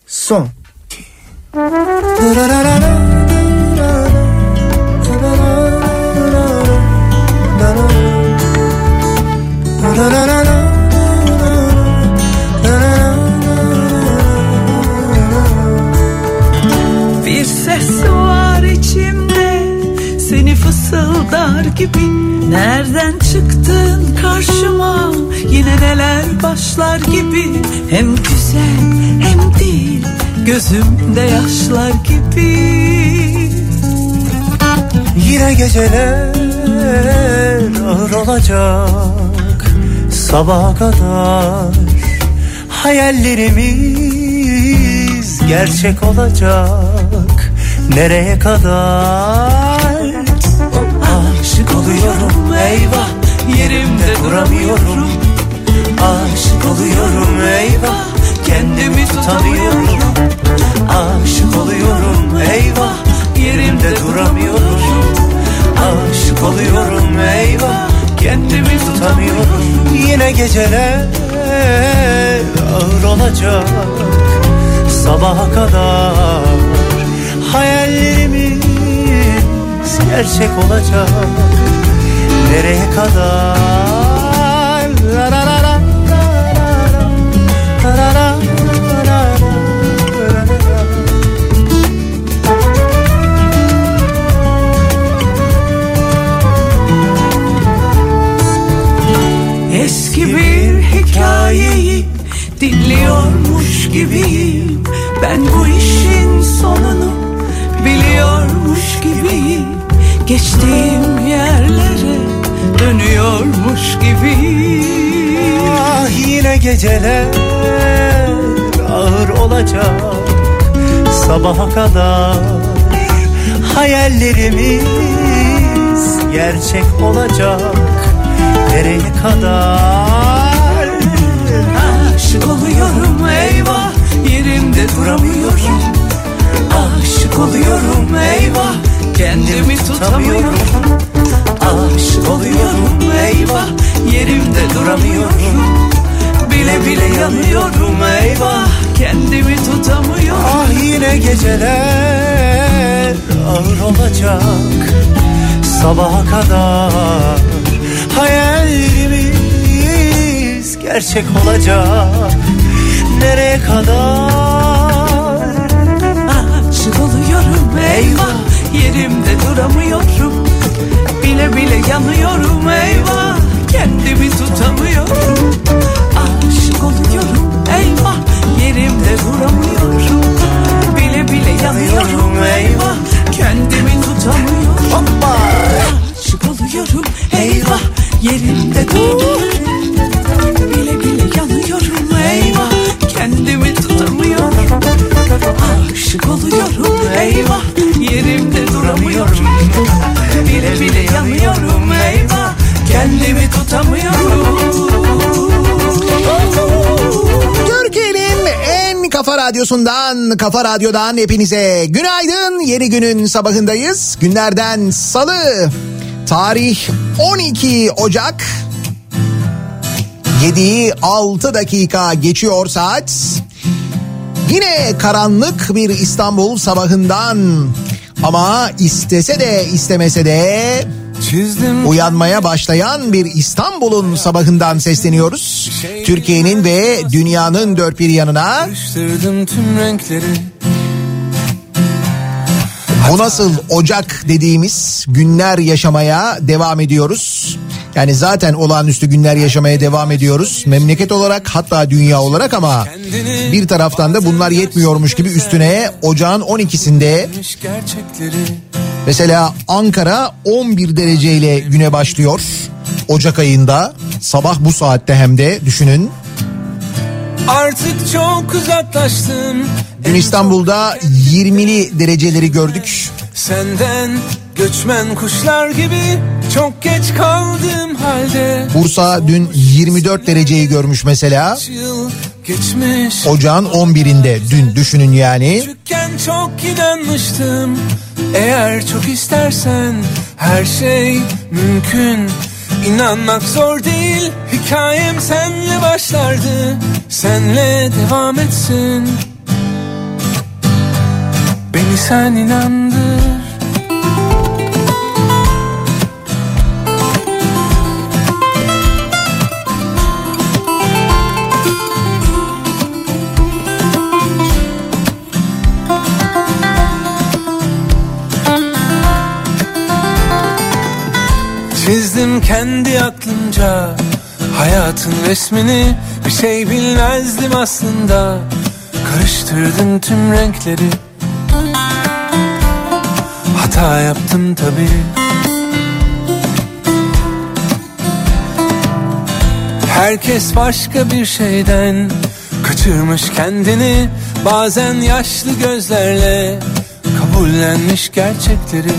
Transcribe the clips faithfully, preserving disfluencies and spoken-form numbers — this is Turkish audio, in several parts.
son. Bir ses var içimde, seni fısıldar gibi. Nereden çıktın karşıma, yine neler başlar gibi. Hem güzel hem değil, gözümde yaşlar gibi. Yine geceler ağır olacak sabaha kadar. Hayallerimiz gerçek olacak nereye kadar? Aşık oluyorum eyvah, yerimde duramıyorum. Aşık oluyorum eyvah, kendimi tutamıyorum. Aşık oluyorum eyvah, yerimde duramıyorum. Aşık oluyorum eyvah, kendimi tutamıyorum. Yine geceler ağır olacak sabaha kadar. Hayallerimiz gerçek olacak nereye kadar? La la la la la la la. Eski bir hikayeyi dinliyormuş gibiyim. Ben bu işin sonunu biliyormuş gibiyim. Geçtiğim yerlere dönüyormuş gibiyim. Ah, yine geceler ağır olacak sabaha kadar. Hayallerimiz gerçek olacak nereye kadar? Aşık oluyorum eyvah, yerimde duramıyorum. Aşık oluyorum eyvah, kendimi tutamıyorum. Aşık oluyorum eyvah, yerimde duramıyorum. Bile bile yanıyorum eyvah, kendimi tutamıyorum. Ah, yine geceler ağır olacak sabaha kadar. Hayallerimiz gerçek olacak nereye kadar? Aşık oluyorum eyvah, yerimde duramıyorum. Bile bile yanıyorum eyvah, kendimi tutamıyorum. Aşık oluyorum eyvah, yerimde duramıyorum. Bile bile yanıyorum eyvah, kendimi tutamıyorum. Hoppa! Aşık oluyorum eyvah, yerimde duramıyorum. Bile bile yanıyorum eyvah, kendimi tutamıyorum. Aşık oluyorum eyvah, yerimde duramıyorum. Bile bile yanıyorum eyvah, kendimi tutamıyorum. Türkiye'nin en kafa radyosundan, Kafa Radyo'dan hepinize günaydın. Yeni günün sabahındayız. Günlerden salı. Tarih on iki Ocak. yediyi altı dakika geçiyor saat. Yine karanlık bir İstanbul sabahından, ama istese de istemese de uyanmaya başlayan bir İstanbul'un sabahından sesleniyoruz. Türkiye'nin ve dünyanın dört bir yanına. Bu nasıl Ocak dediğimiz günler yaşamaya devam ediyoruz. Yani zaten olağanüstü günler yaşamaya devam ediyoruz. Memleket olarak, hatta dünya olarak, ama bir taraftan da bunlar yetmiyormuş gibi üstüne ocağın on ikisinde mesela Ankara on bir dereceyle güne başlıyor. Ocak ayında, sabah bu saatte hem de düşünün. Artık çok uzaklaştım. Dün İstanbul'da yirmili dereceleri gördük. Senden göçmen kuşlar gibi çok geç kaldım halde. Bursa dün yirmi dört dereceyi görmüş mesela. Geçmiş. Ocağın on birinde dün, düşünün yani. Küçükken çok inanmıştım. Eğer çok istersen her şey mümkün. İnanmak zor değil. Hikayem senle başlardı. Senle devam etsin. sen inandır. Çizdim kendi aklımca hayatın resmini, bir şey bilmezdim aslında. Karıştırdım tüm renkleri, hata yaptım tabii. Herkes başka bir şeyden kaçırmış kendini, bazen yaşlı gözlerle kabullenmiş gerçekleri,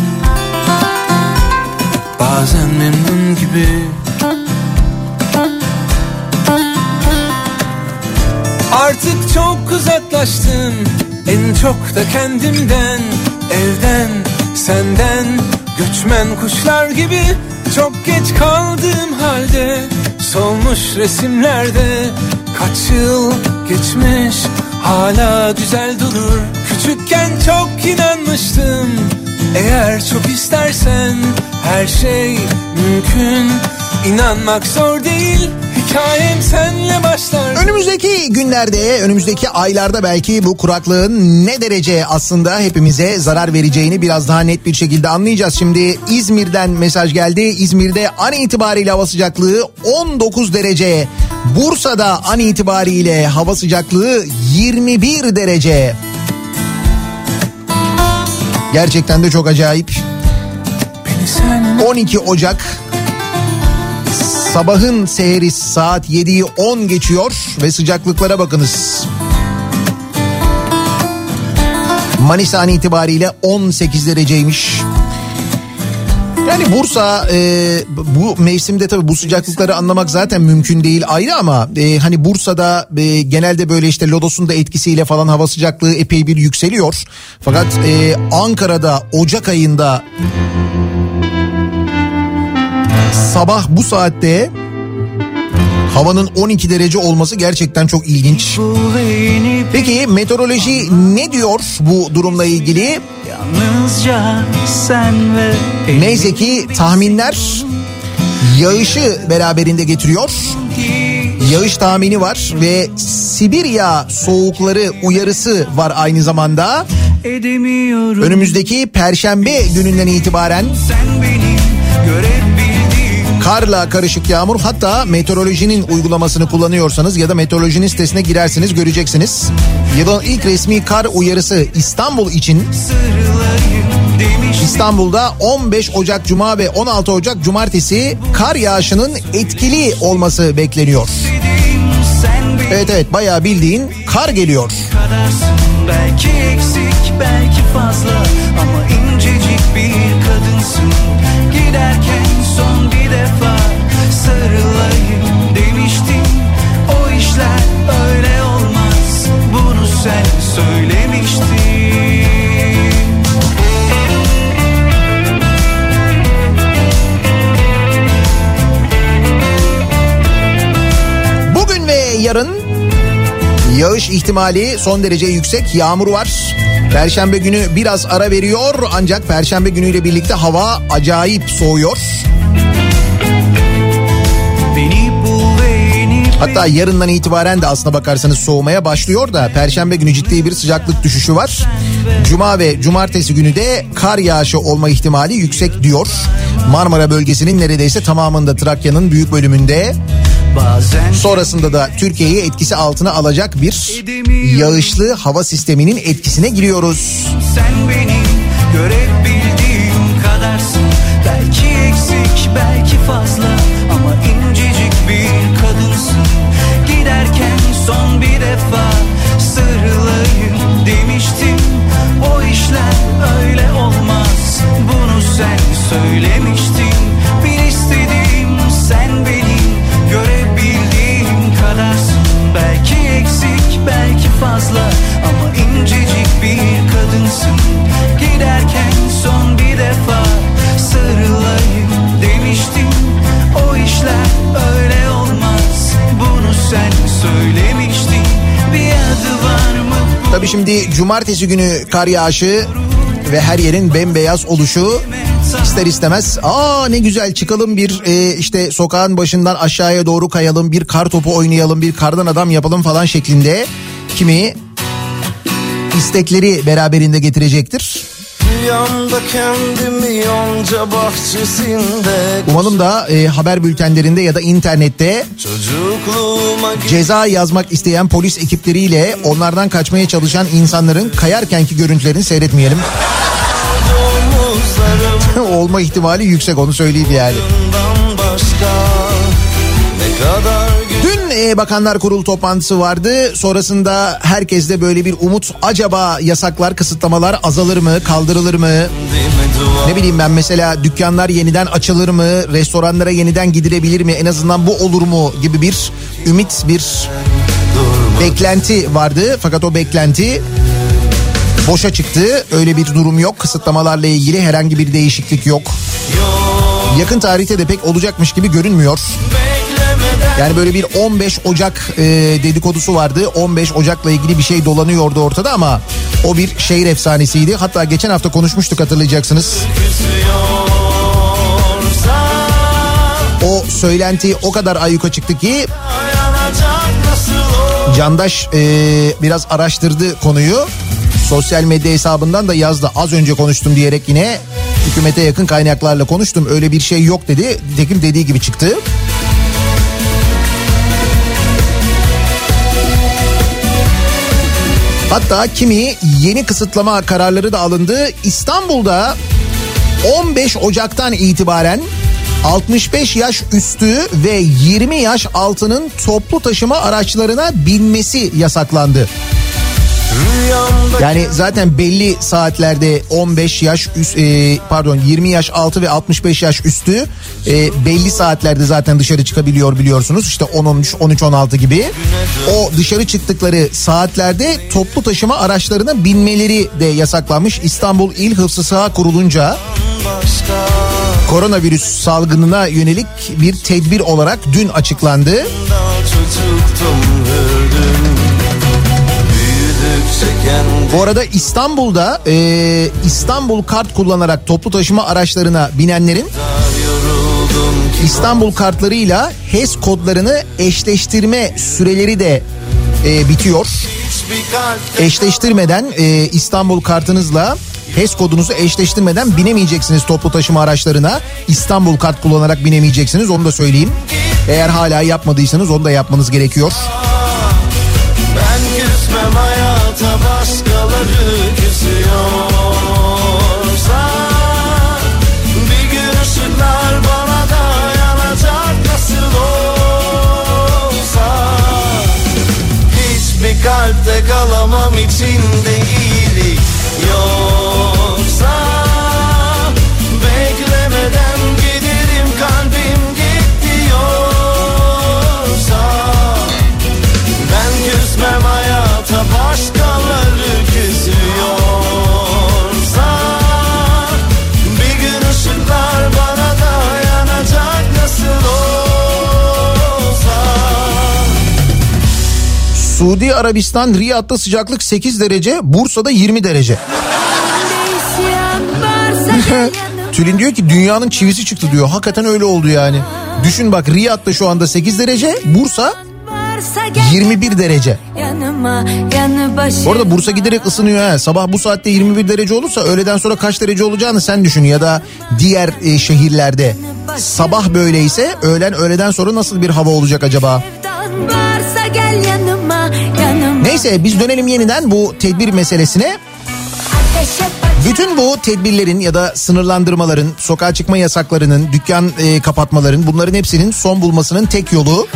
bazen memnun gibi. Artık çok uzaklaştım, en çok da kendimden, evden, senden, göçmen kuşlar gibi. Çok geç kaldığım halde solmuş resimlerde, kaç yıl geçmiş hala güzel durur. Küçükken çok inanmıştım, eğer çok istersen her şey mümkün. İnanmak zor değil, hikayem senle başlar. Önümüzdeki günlerde, önümüzdeki aylarda belki bu kuraklığın ne derece aslında hepimize zarar vereceğini biraz daha net bir şekilde anlayacağız. Şimdi İzmir'den mesaj geldi. İzmir'de an itibariyle hava sıcaklığı on dokuz derece. Bursa'da an itibariyle hava sıcaklığı yirmi bir derece. Gerçekten de çok acayip. on iki Ocak sabahın seheri, saat yediyi on geçiyor ve sıcaklıklara bakınız. Manisa an itibariyle on sekiz dereceymiş. Yani Bursa e, bu mevsimde tabii bu sıcaklıkları anlamak zaten mümkün değil, ayrı, ama e, hani Bursa'da e, genelde böyle işte lodosun da etkisiyle falan hava sıcaklığı epey bir yükseliyor. Fakat e, Ankara'da Ocak ayında sabah bu saatte havanın on iki derece olması gerçekten çok ilginç. Peki meteoroloji ne diyor bu durumla ilgili? Sen ve neyse ki tahminler yağışı beraberinde getiriyor. Yağış tahmini var ve Sibirya soğukları uyarısı var aynı zamanda. Önümüzdeki Perşembe gününden itibaren karla karışık yağmur, hatta meteorolojinin uygulamasını kullanıyorsanız ya da meteorolojinin sitesine girersiniz, göreceksiniz. Yılın ilk resmi kar uyarısı İstanbul için. İstanbul'da on beş Ocak Cuma ve on altı Ocak Cumartesi kar yağışının etkili olması bekleniyor. Evet evet, bayağı bildiğin kar geliyor. Belki eksik, belki fazla, ama incecik bir kadınsın. Giderken son bir defa sarılayım demiştim. O işler öyle olmaz, bunu sen söylemiştin. Bugün ve yarın yağış ihtimali son derece yüksek, yağmur var. Perşembe günü biraz ara veriyor, ancak Perşembe günüyle birlikte hava acayip soğuyor. Hatta yarından itibaren de aslına bakarsanız soğumaya başlıyor da Perşembe günü ciddi bir sıcaklık düşüşü var. Cuma ve Cumartesi günü de kar yağışı olma ihtimali yüksek diyor. Marmara bölgesinin neredeyse tamamında, Trakya'nın büyük bölümünde. Sonrasında da Türkiye'yi etkisi altına alacak bir yağışlı hava sisteminin etkisine giriyoruz. Sen benim görebildiğim kadarsın. Belki eksik, belki fazla, ama incecik bir kadınsın. Giderken son bir defa sarılayım demiştim. O işler öyle olmaz, bunu sen söylemiştin. Bir istediğim sen benim görebildiğim kadarsın. Belki eksik, belki fazla, ama incecik bir kadınsın. Giderken son bir defa sarılayım demiştim. O işler öyle olmaz, bunu sen söylemiştin. Bir adı var mı? Tabii şimdi cumartesi günü kar yağışı ve her yerin bembeyaz oluşu ister istemez aa ne güzel çıkalım bir e, işte sokağın başından aşağıya doğru kayalım, bir kar topu oynayalım, bir kardan adam yapalım falan şeklinde kimi istekleri beraberinde getirecektir. Yanda kendimi yonca bahçesinde. Umalım da e, haber bültenlerinde ya da internette ceza yazmak isteyen polis ekipleriyle onlardan kaçmaya çalışan insanların kayarkenki görüntülerini seyretmeyelim. Olma ihtimali yüksek, onu söyleyeyim yani. Dün e, Bakanlar Kurulu toplantısı vardı. Sonrasında herkeste böyle bir umut. Acaba yasaklar, kısıtlamalar azalır mı, kaldırılır mı? Ne bileyim ben, mesela dükkanlar yeniden açılır mı? Restoranlara yeniden gidilebilir mi? En azından bu olur mu gibi bir ümit, bir beklenti vardı. Fakat o beklenti boşa çıktı. Öyle bir durum yok. Kısıtlamalarla ilgili herhangi bir değişiklik yok. Yakın tarihte de pek olacakmış gibi görünmüyor. Yani böyle bir on beş Ocak e, dedikodusu vardı. on beş Ocak'la ilgili bir şey dolanıyordu ortada ama o bir şehir efsanesiydi. Hatta geçen hafta konuşmuştuk, hatırlayacaksınız. O söylenti o kadar ayyuka çıktı ki Candaş e, biraz araştırdı konuyu. Sosyal medya hesabından da yazdı. Az önce konuştum diyerek yine hükümete yakın kaynaklarla konuştum. Öyle bir şey yok dedi. Nitekim dediği gibi çıktı. Hatta kimi yeni kısıtlama kararları da alındı. İstanbul'da on beş Ocak'tan itibaren altmış beş yaş üstü ve yirmi yaş altının toplu taşıma araçlarına binmesi yasaklandı. Yani zaten belli saatlerde on beş yaş üst, e, pardon yirmi yaş altı ve altmış beş yaş üstü e, belli saatlerde zaten dışarı çıkabiliyor biliyorsunuz. İşte on on üç on üç on altı gibi. O dışarı çıktıkları saatlerde toplu taşıma araçlarına binmeleri de yasaklanmış. İstanbul İl Hıfzı Sıha Kurulu'nca koronavirüs salgınına yönelik bir tedbir olarak dün açıklandı. Bu arada İstanbul'da e, İstanbul kart kullanarak toplu taşıma araçlarına binenlerin İstanbul kartlarıyla H E S kodlarını eşleştirme süreleri de e, bitiyor. Eşleştirmeden e, İstanbul kartınızla H E S kodunuzu eşleştirmeden binemeyeceksiniz toplu taşıma araçlarına. İstanbul kart kullanarak binemeyeceksiniz, onu da söyleyeyim. Eğer hala yapmadıysanız onu da yapmanız gerekiyor. Ben küsmem hayata, başkaları küsüyorsa. Bir gün ışıklar bana da yanacak nasıl olsa. Hiçbir kalpte kalamam içinde iyilik yoksa. Beklemeden giderim kalbim gitti yoksa. Ben küsmem hayata, başkaları küsüyorsa. Bir gün ışıklar bana da yanacak nasıl olsa. Suudi Arabistan Riyad'da sıcaklık sekiz derece, Bursa'da yirmi derece. Tülin diyor ki dünyanın çivisi çıktı diyor. Hakikaten öyle oldu yani. Düşün bak, Riyad'da şu anda sekiz derece, Bursa yirmi bir derece. Bu arada Bursa giderek ısınıyor ha. Sabah bu saatte yirmi bir derece olursa öğleden sonra kaç derece olacağını sen düşün, ya da diğer e, şehirlerde. Sabah böyleyse öğlen öğleden sonra nasıl bir hava olacak acaba? Neyse, biz dönelim yeniden bu tedbir meselesine. Bütün bu tedbirlerin ya da sınırlandırmaların, sokağa çıkma yasaklarının, dükkan e, kapatmaların, bunların hepsinin son bulmasının tek yolu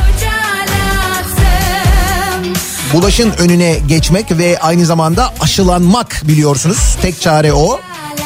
bulaşın önüne geçmek ve aynı zamanda aşılanmak, biliyorsunuz. Tek çare o.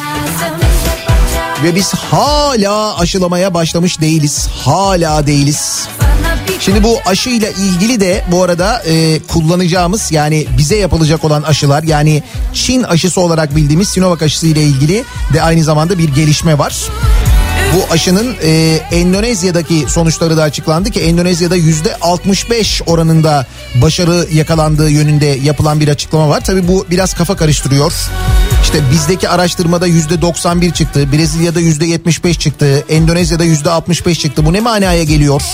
Ve biz hala aşılamaya başlamış değiliz. Hala değiliz. Şimdi bu aşıyla ilgili de bu arada e, kullanacağımız, yani bize yapılacak olan aşılar, yani Çin aşısı olarak bildiğimiz Sinovac aşısı ile ilgili de aynı zamanda bir gelişme var. Bu aşının e, Endonezya'daki sonuçları da açıklandı ki Endonezya'da yüzde altmış beş oranında başarı yakalandığı yönünde yapılan bir açıklama var. Tabii bu biraz kafa karıştırıyor. İşte bizdeki araştırmada yüzde doksan bir çıktı, Brezilya'da yüzde yetmiş beş çıktı, Endonezya'da yüzde altmış beş çıktı. Bu ne manaya geliyor?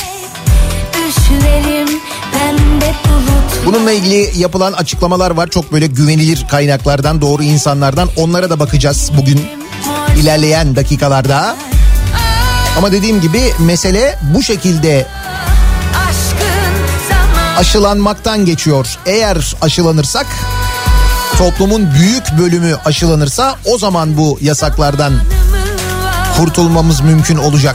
Bununla ilgili yapılan açıklamalar var. Çok böyle güvenilir kaynaklardan, doğru insanlardan. Onlara da bakacağız bugün ilerleyen dakikalarda. Ama dediğim gibi mesele bu şekilde aşılanmaktan geçiyor. Eğer aşılanırsak, toplumun büyük bölümü aşılanırsa o zaman bu yasaklardan kurtulmamız mümkün olacak.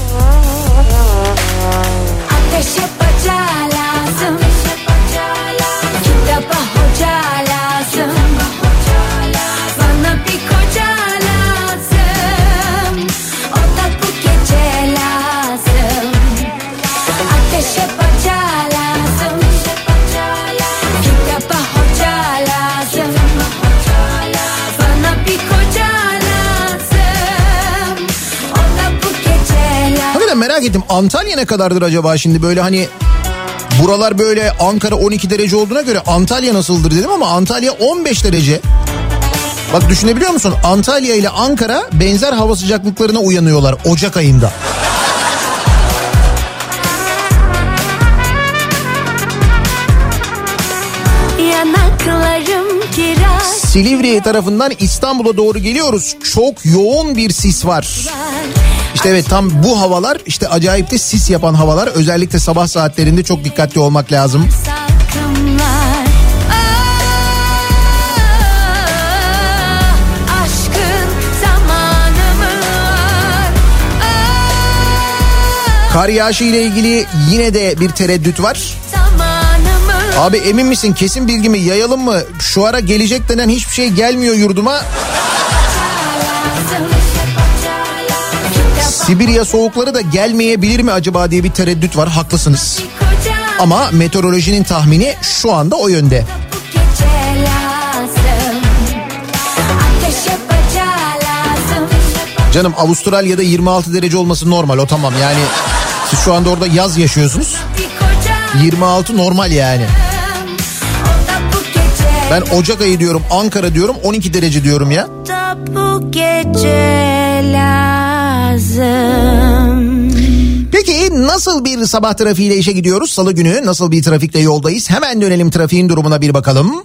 Merak ettim, Antalya ne kadardır acaba şimdi, böyle hani buralar böyle, Ankara on iki derece olduğuna göre Antalya nasıldır dedim ama Antalya on beş derece. Bak düşünebiliyor musun? Antalya ile Ankara benzer hava sıcaklıklarına uyanıyorlar Ocak ayında. Silivri tarafından İstanbul'a doğru geliyoruz. Çok yoğun bir sis var. İşte evet, tam bu havalar işte acayip de sis yapan havalar. Özellikle sabah saatlerinde çok dikkatli olmak lazım. Kar yağışı ile ilgili yine de bir tereddüt var. Abi emin misin, kesin bilgimi yayalım mı? Şu ara gelecek denen hiçbir şey gelmiyor yurduma. Sibirya soğukları da gelmeyebilir mi acaba diye bir tereddüt var, haklısınız. Ama meteorolojinin tahmini şu anda o yönde. Canım Avustralya'da yirmi altı derece olması normal, o tamam yani. Siz şu anda orada yaz yaşıyorsunuz. yirmi altı normal yani. Ben Ocak ayı diyorum, Ankara diyorum, on iki derece diyorum ya. Bu gece lazım. Peki nasıl bir sabah trafiğiyle işe gidiyoruz? Salı günü nasıl bir trafikle yoldayız? Hemen dönelim, trafiğin durumuna bir bakalım.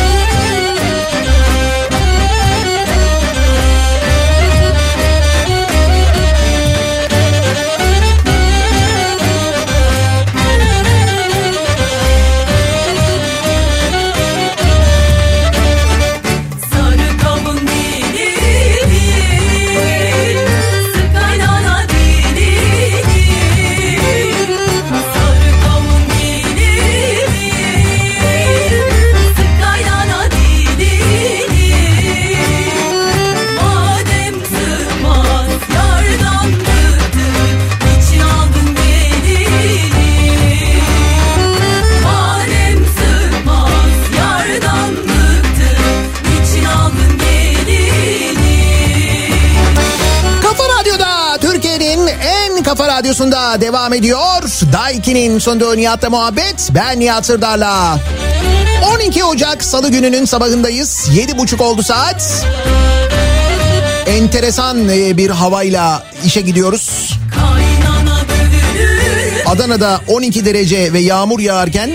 Radyosunda devam ediyor. Daiki'nin sonunda Nihat'la muhabbet. Ben Nihat Sırdar'la. on iki Ocak Salı gününün sabahındayız. yedi buçuk oldu saat. Enteresan bir havayla işe gidiyoruz. Adana'da on iki derece ve yağmur yağarken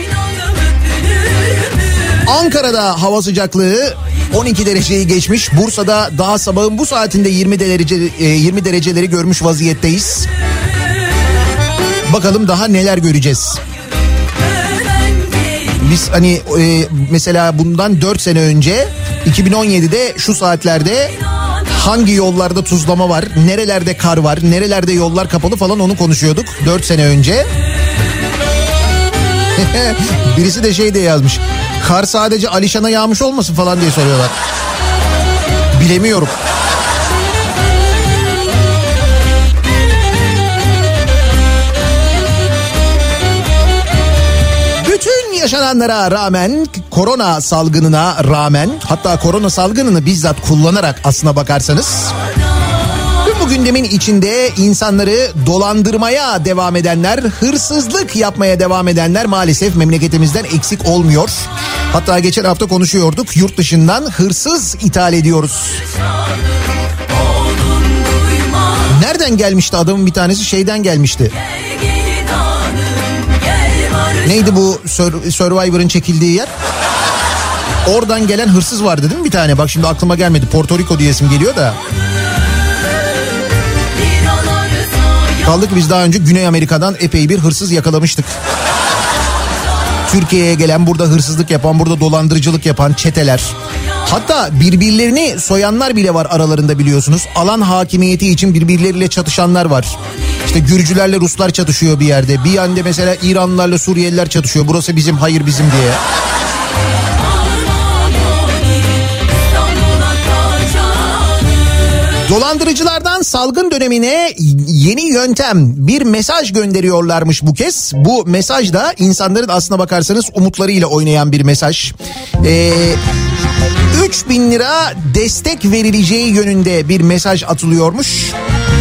Ankara'da hava sıcaklığı on iki dereceyi geçmiş. Bursa'da daha sabahın bu saatinde yirmi derece yirmi dereceleri görmüş vaziyetteyiz. Bakalım daha neler göreceğiz. Biz hani e, mesela bundan dört sene önce iki bin on yedide şu saatlerde hangi yollarda tuzlama var, nerelerde kar var, nerelerde yollar kapalı falan, onu konuşuyorduk dört sene önce. Birisi de şey de yazmış. Kar sadece Alişan'a yağmış olmasın falan diye soruyorlar. Bilemiyorum. Yaşananlara rağmen, korona salgınına rağmen, hatta korona salgınını bizzat kullanarak aslına bakarsanız, gündemin içinde insanları dolandırmaya devam edenler, hırsızlık yapmaya devam edenler maalesef memleketimizden eksik olmuyor. Hatta geçen hafta konuşuyorduk, yurt dışından hırsız ithal ediyoruz. Nereden gelmişti adamın bir tanesi, şeyden gelmişti. Neydi bu Survivor'ın çekildiği yer? Oradan gelen hırsız vardı değil mi bir tane? Bak şimdi aklıma gelmedi. Porto Rico diyesim geliyor da. Kaldı ki biz daha önce Güney Amerika'dan epey bir hırsız yakalamıştık. Türkiye'ye gelen, burada hırsızlık yapan, burada dolandırıcılık yapan çeteler. Hatta birbirlerini soyanlar bile var aralarında, biliyorsunuz. Alan hakimiyeti için birbirleriyle çatışanlar var. İşte Gürcülerle Ruslar çatışıyor bir yerde. Bir yanda mesela İranlılarla Suriyeliler çatışıyor. Burası bizim, hayır bizim diye. Dolandırıcılardan salgın dönemine yeni yöntem, bir mesaj gönderiyorlarmış bu kez. Bu mesaj da insanların aslına bakarsanız umutlarıyla oynayan bir mesaj. Ee, üç bin lira destek verileceği yönünde bir mesaj atılıyormuş.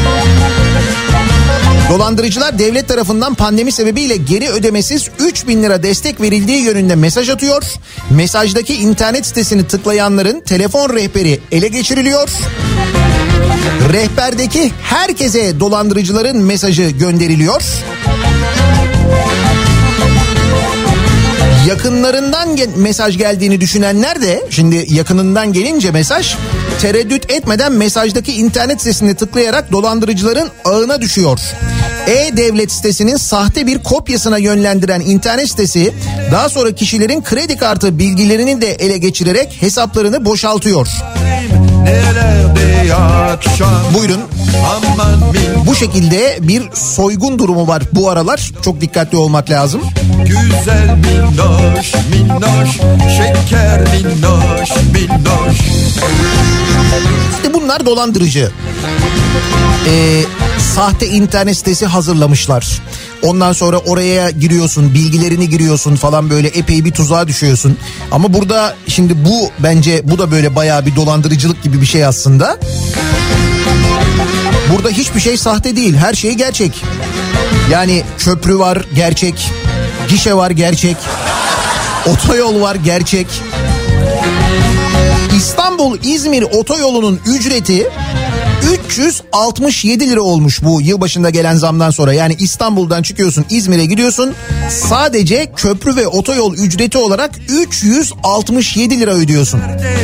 Dolandırıcılar devlet tarafından pandemi sebebiyle geri ödemesiz üç bin lira destek verildiği yönünde mesaj atıyor. Mesajdaki internet sitesini tıklayanların telefon rehberi ele geçiriliyor. Rehberdeki herkese dolandırıcıların mesajı gönderiliyor. Yakınlarından gel- mesaj geldiğini düşünenler de, şimdi yakınından gelince mesaj, tereddüt etmeden mesajdaki internet sitesini tıklayarak dolandırıcıların ağına düşüyor. E-Devlet sitesinin sahte bir kopyasına yönlendiren internet sitesi daha sonra kişilerin kredi kartı bilgilerini de ele geçirerek hesaplarını boşaltıyor. Buyurun. Bu şekilde bir soygun durumu var bu aralar. Çok dikkatli olmak lazım. Güzel minnoş, minnoş, şeker minnoş, minnoş. İşte bunlar dolandırıcı. Ee, sahte internet sitesi hazırlamışlar. Ondan sonra oraya giriyorsun, bilgilerini giriyorsun falan, böyle epey bir tuzağa düşüyorsun. Ama burada şimdi bu, bence bu da böyle bayağı bir dolandırıcılık gibi bir şey aslında. Burada hiçbir şey sahte değil, her şey gerçek. Yani köprü var gerçek, gişe var gerçek, otoyol var gerçek. İstanbul-İzmir otoyolunun ücreti üç yüz altmış yedi lira olmuş bu yılbaşında gelen zamdan sonra. Yani İstanbul'dan çıkıyorsun, İzmir'e gidiyorsun, sadece köprü ve otoyol ücreti olarak üç yüz altmış yedi lira ödüyorsun.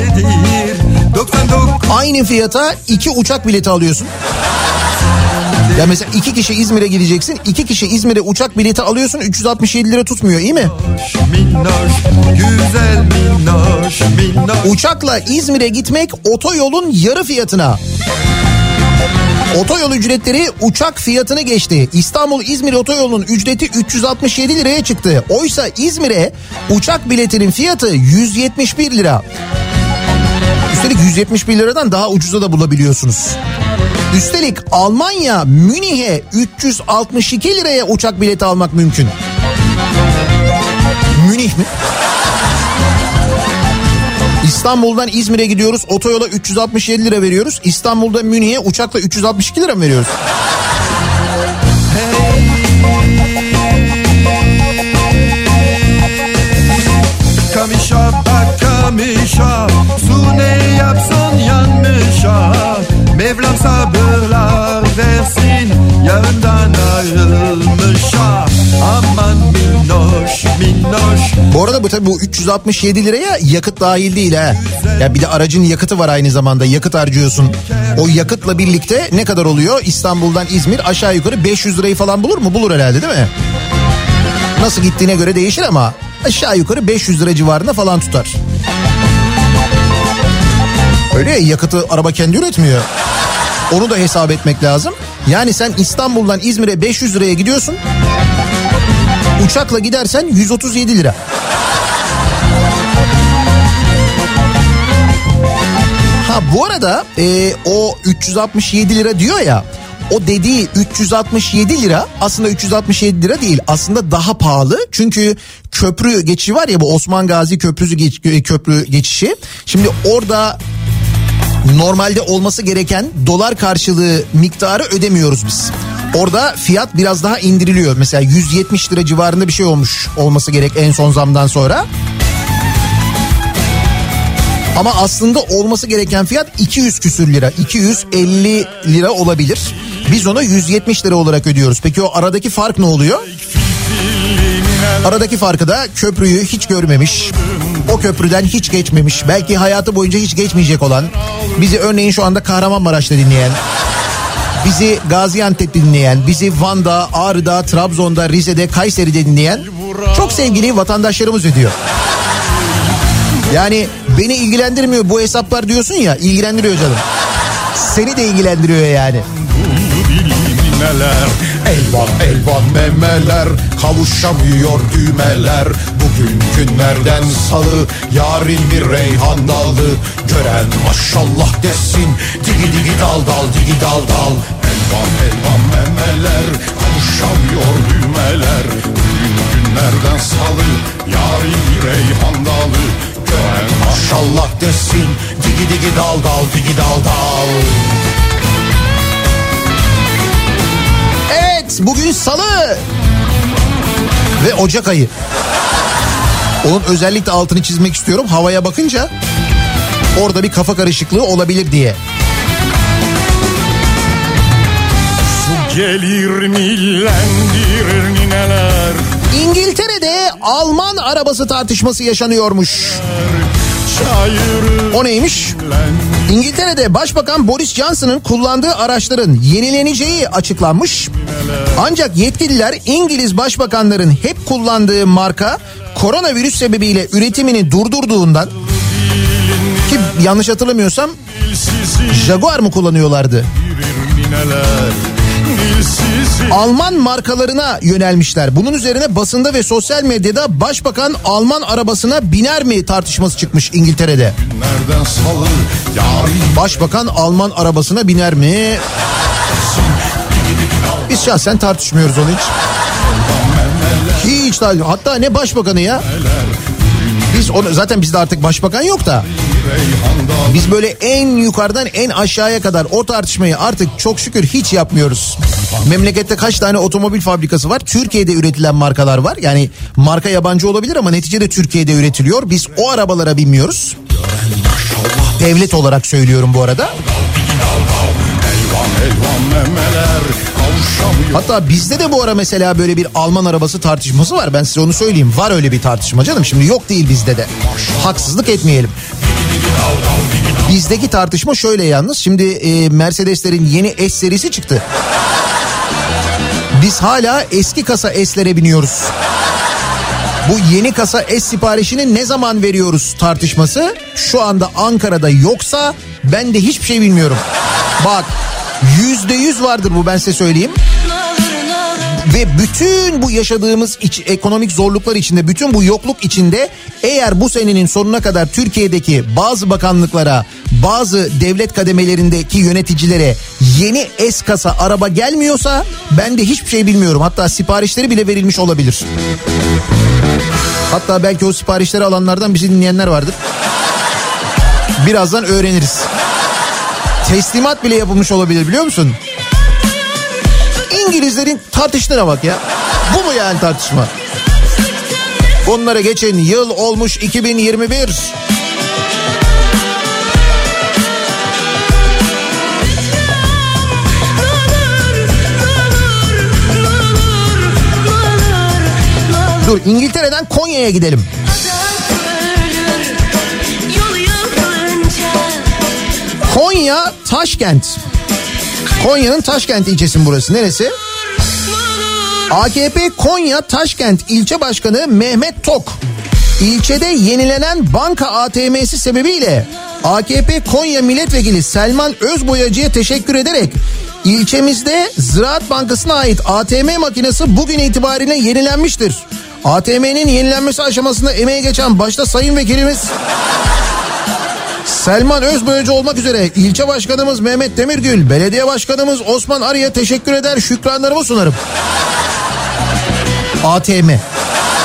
Aynı fiyata iki uçak bileti alıyorsun. Ya mesela iki kişi İzmir'e gideceksin, iki kişi İzmir'e uçak bileti alıyorsun, üç yüz altmış yedi lira tutmuyor, iyi mi? Minnoş, güzel minnoş, minnoş. Uçakla İzmir'e gitmek otoyolun yarı fiyatına. Otoyol ücretleri uçak fiyatını geçti. İstanbul-İzmir otoyolunun ücreti üç yüz altmış yedi liraya çıktı. Oysa İzmir'e uçak biletinin fiyatı yüz yetmiş bir lira. Üstelik yüz yetmiş bir liradan daha ucuza da bulabiliyorsunuz. Üstelik Almanya Münih'e üç yüz altmış iki liraya uçak bileti almak mümkün. Münih mi? İstanbul'dan İzmir'e gidiyoruz, otoyola üç yüz altmış yedi lira veriyoruz. İstanbul'da Münih'e uçakla üç yüz altmış iki lira mı veriyoruz? Kamışa bak kamışa, su ne yapsın yanmışa. Mevlam sabırlar versin, yarından ayrılmışa. Aman minnoş minnoş. Bu arada bu tabii bu üç yüz altmış yedi liraya yakıt dahil değil ha. Ya bir de aracın yakıtı var aynı zamanda, yakıt harcıyorsun. O yakıtla birlikte ne kadar oluyor? İstanbul'dan İzmir aşağı yukarı beş yüz lirayı falan bulur mu? Bulur herhalde, değil mi? Nasıl gittiğine göre değişir ama aşağı yukarı beş yüz lira civarında falan tutar. Öyle ya, yakıtı araba kendi üretmiyor. Onu da hesap etmek lazım. Yani sen İstanbul'dan İzmir'e beş yüz liraya gidiyorsun. Uçakla gidersen yüz otuz yedi lira. Ha bu arada e, o üç yüz altmış yedi lira diyor ya. O dediği üç yüz altmış yedi lira aslında üç yüz altmış yedi lira değil, aslında daha pahalı. Çünkü köprü geçişi var ya, bu Osman Gazi Köprüsü geç, köprü geçişi. Şimdi orada normalde olması gereken dolar karşılığı miktarı ödemiyoruz biz. Orada fiyat biraz daha indiriliyor. Mesela yüz yetmiş lira civarında bir şey olmuş olması gerek en son zamdan sonra. Ama aslında olması gereken fiyat iki yüz küsür lira. iki yüz elli lira olabilir. Biz onu yüz yetmiş lira olarak ödüyoruz. Peki o aradaki fark ne oluyor? Aradaki farkı da köprüyü hiç görmemiş, o köprüden hiç geçmemiş, belki hayatı boyunca hiç geçmeyecek olan, bizi örneğin şu anda Kahramanmaraş'ta dinleyen, bizi Gaziantep'te dinleyen, bizi Van'da, Ağrı'da, Trabzon'da, Rize'de, Kayseri'de dinleyen çok sevgili vatandaşlarımız ödüyor. Yani beni ilgilendirmiyor bu hesaplar diyorsun ya, ilgilendiriyor canım. Seni de ilgilendiriyor yani. Elvan elvan memeler, kavuşamıyor düğmeler. Bugün günlerden salı, yarın bir reyhan dalı. Gören maşallah desin, digi digi dal dal digi dal dal. Elvan elvan memeler, kavuşamıyor düğmeler. Bugün günlerden salı, yarın bir reyhan dalı. Gören maşallah desin, digi digi dal dal digi dal dal. Bugün Salı ve Ocak ayı. Onun özellikle altını çizmek istiyorum. Havaya bakınca orada bir kafa karışıklığı olabilir diye. Su gelir millendirir nineler. İngiltere'de Alman arabası tartışması yaşanıyormuş. O neymiş? İngiltere'de Başbakan Boris Johnson'ın kullandığı araçların yenileneceği açıklanmış. Ancak yetkililer İngiliz başbakanların hep kullandığı marka koronavirüs sebebiyle üretimini durdurduğundan, ki yanlış hatırlamıyorsam Jaguar mı kullanıyorlardı? Alman markalarına yönelmişler. Bunun üzerine basında ve sosyal medyada Başbakan Alman arabasına biner mi tartışması çıkmış İngiltere'de. Başbakan Alman arabasına biner mi? Biz şahsen tartışmıyoruz onu hiç. Hiç tartışmıyoruz. Hatta ne başbakanı ya? Biz onu, zaten bizde artık başbakan yok da. Biz böyle en yukarıdan en aşağıya kadar o tartışmayı artık çok şükür hiç yapmıyoruz. Memlekette kaç tane otomobil fabrikası var? Türkiye'de üretilen markalar var. Yani marka yabancı olabilir ama neticede Türkiye'de üretiliyor. Biz o arabalara binmiyoruz. Devlet olarak söylüyorum bu arada. Hatta bizde de bu ara mesela böyle bir Alman arabası tartışması var. Ben size onu söyleyeyim. Var öyle bir tartışma canım. Şimdi yok değil bizde de. Haksızlık etmeyelim. Bizdeki tartışma şöyle yalnız. Şimdi e, Mercedeslerin yeni S serisi çıktı. Biz hala eski kasa S'lere biniyoruz. Bu yeni kasa S siparişini ne zaman veriyoruz tartışması şu anda Ankara'da yoksa ben de hiçbir şey bilmiyorum. Bak yüzde yüz vardır bu, ben size söyleyeyim. Ve bütün bu yaşadığımız iç, ekonomik zorluklar içinde, bütün bu yokluk içinde eğer bu senenin sonuna kadar Türkiye'deki bazı bakanlıklara, bazı devlet kademelerindeki yöneticilere yeni S kasa araba gelmiyorsa ben de hiçbir şey bilmiyorum. Hatta siparişleri bile verilmiş olabilir. Hatta belki o siparişleri alanlardan bizi dinleyenler vardır. Birazdan öğreniriz. Teslimat bile yapılmış olabilir, biliyor musun? İngilizlerin tartıştığına bak ya. Bu mu yani tartışma? Onlara geçin, yıl olmuş iki bin yirmi bir. Dur, İngiltere'den Konya'ya gidelim. Konya Taşkent. Konya'nın Taşkent ilçesi burası. Neresi? A K P Konya Taşkent İlçe Başkanı Mehmet Tok, ilçede yenilenen banka A T M'si sebebiyle A K P Konya Milletvekili Selman Özboyacı'ya teşekkür ederek ilçemizde Ziraat Bankası'na ait A T M makinesi bugün itibariyle yenilenmiştir. A T M'nin yenilenmesi aşamasında emeği geçen başta Sayın Vekilimiz Selman Özboyacı olmak üzere ilçe başkanımız Mehmet Demirgül, belediye başkanımız Osman Arı'ya teşekkür eder, şükranlarımı sunarım. A T M.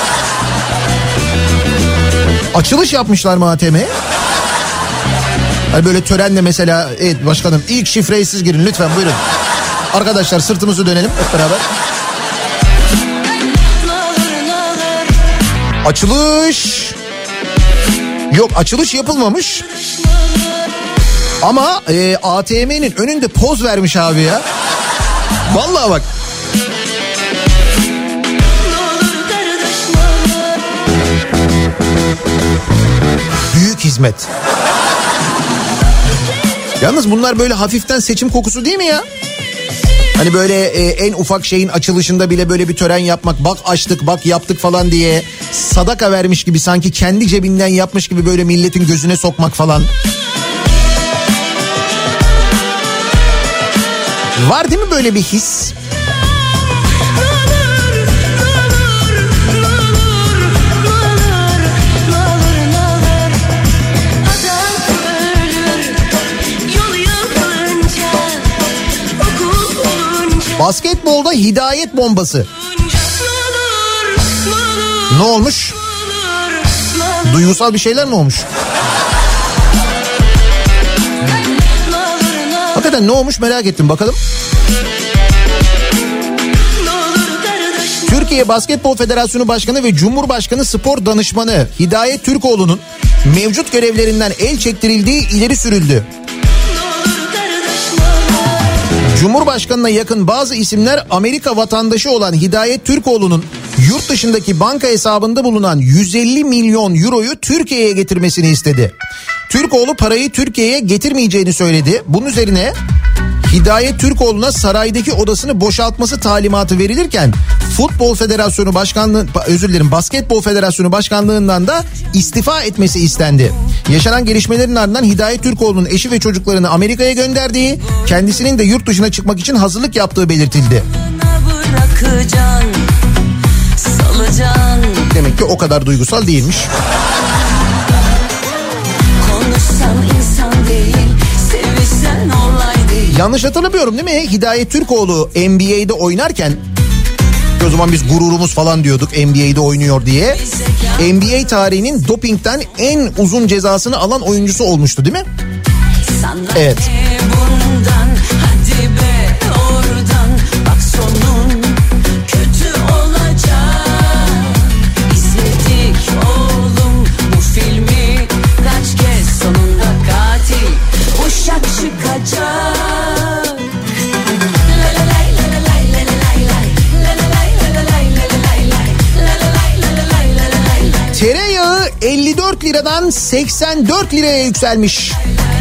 Açılış yapmışlar mı A T M'ye? Hani böyle törenle mesela, evet başkanım ilk şifreyi siz girin lütfen, buyurun. Arkadaşlar sırtımızı dönelim hep beraber. Açılış. Yok, açılış yapılmamış. Ama e, A T M'nin önünde poz vermiş abi ya. Vallahi bak. Büyük hizmet. Yalnız bunlar böyle hafiften seçim kokusu değil mi ya? Hani böyle e, en ufak şeyin açılışında bile böyle bir tören yapmak, bak açtık bak yaptık falan diye sadaka vermiş gibi, sanki kendi cebinden yapmış gibi böyle milletin gözüne sokmak falan. Var değil mi böyle bir his? Basketbolda hidayet bombası. Ne olmuş? Duygusal bir şeyler mi olmuş? Hakikaten ne olmuş merak ettim, bakalım. Türkiye Basketbol Federasyonu Başkanı ve Cumhurbaşkanı Spor Danışmanı Hidayet Türkoğlu'nun mevcut görevlerinden el çektirildiği ileri sürüldü. Cumhurbaşkanına yakın bazı isimler Amerika vatandaşı olan Hidayet Türkoğlu'nun yurt dışındaki banka hesabında bulunan yüz elli milyon euroyu Türkiye'ye getirmesini istedi. Türkoğlu parayı Türkiye'ye getirmeyeceğini söyledi. Bunun üzerine Hidayet Türkoğlu'na saraydaki odasını boşaltması talimatı verilirken Futbol Federasyonu Başkanlığı, özür dilerim Basketbol Federasyonu Başkanlığından da istifa etmesi istendi. Yaşanan gelişmelerin ardından Hidayet Türkoğlu'nun eşi ve çocuklarını Amerika'ya gönderdiği, kendisinin de yurt dışına çıkmak için hazırlık yaptığı belirtildi. Demek ki o kadar duygusal değilmiş. Yanlış hatırlamıyorum değil mi? Hidayet Türkoğlu N B A'de oynarken, o zaman biz gururumuz falan diyorduk N B A'de oynuyor diye. N B A tarihinin dopingten en uzun cezasını alan oyuncusu olmuştu değil mi? Evet. Tereyağı elli dört liradan seksen dört liraya yükselmiş.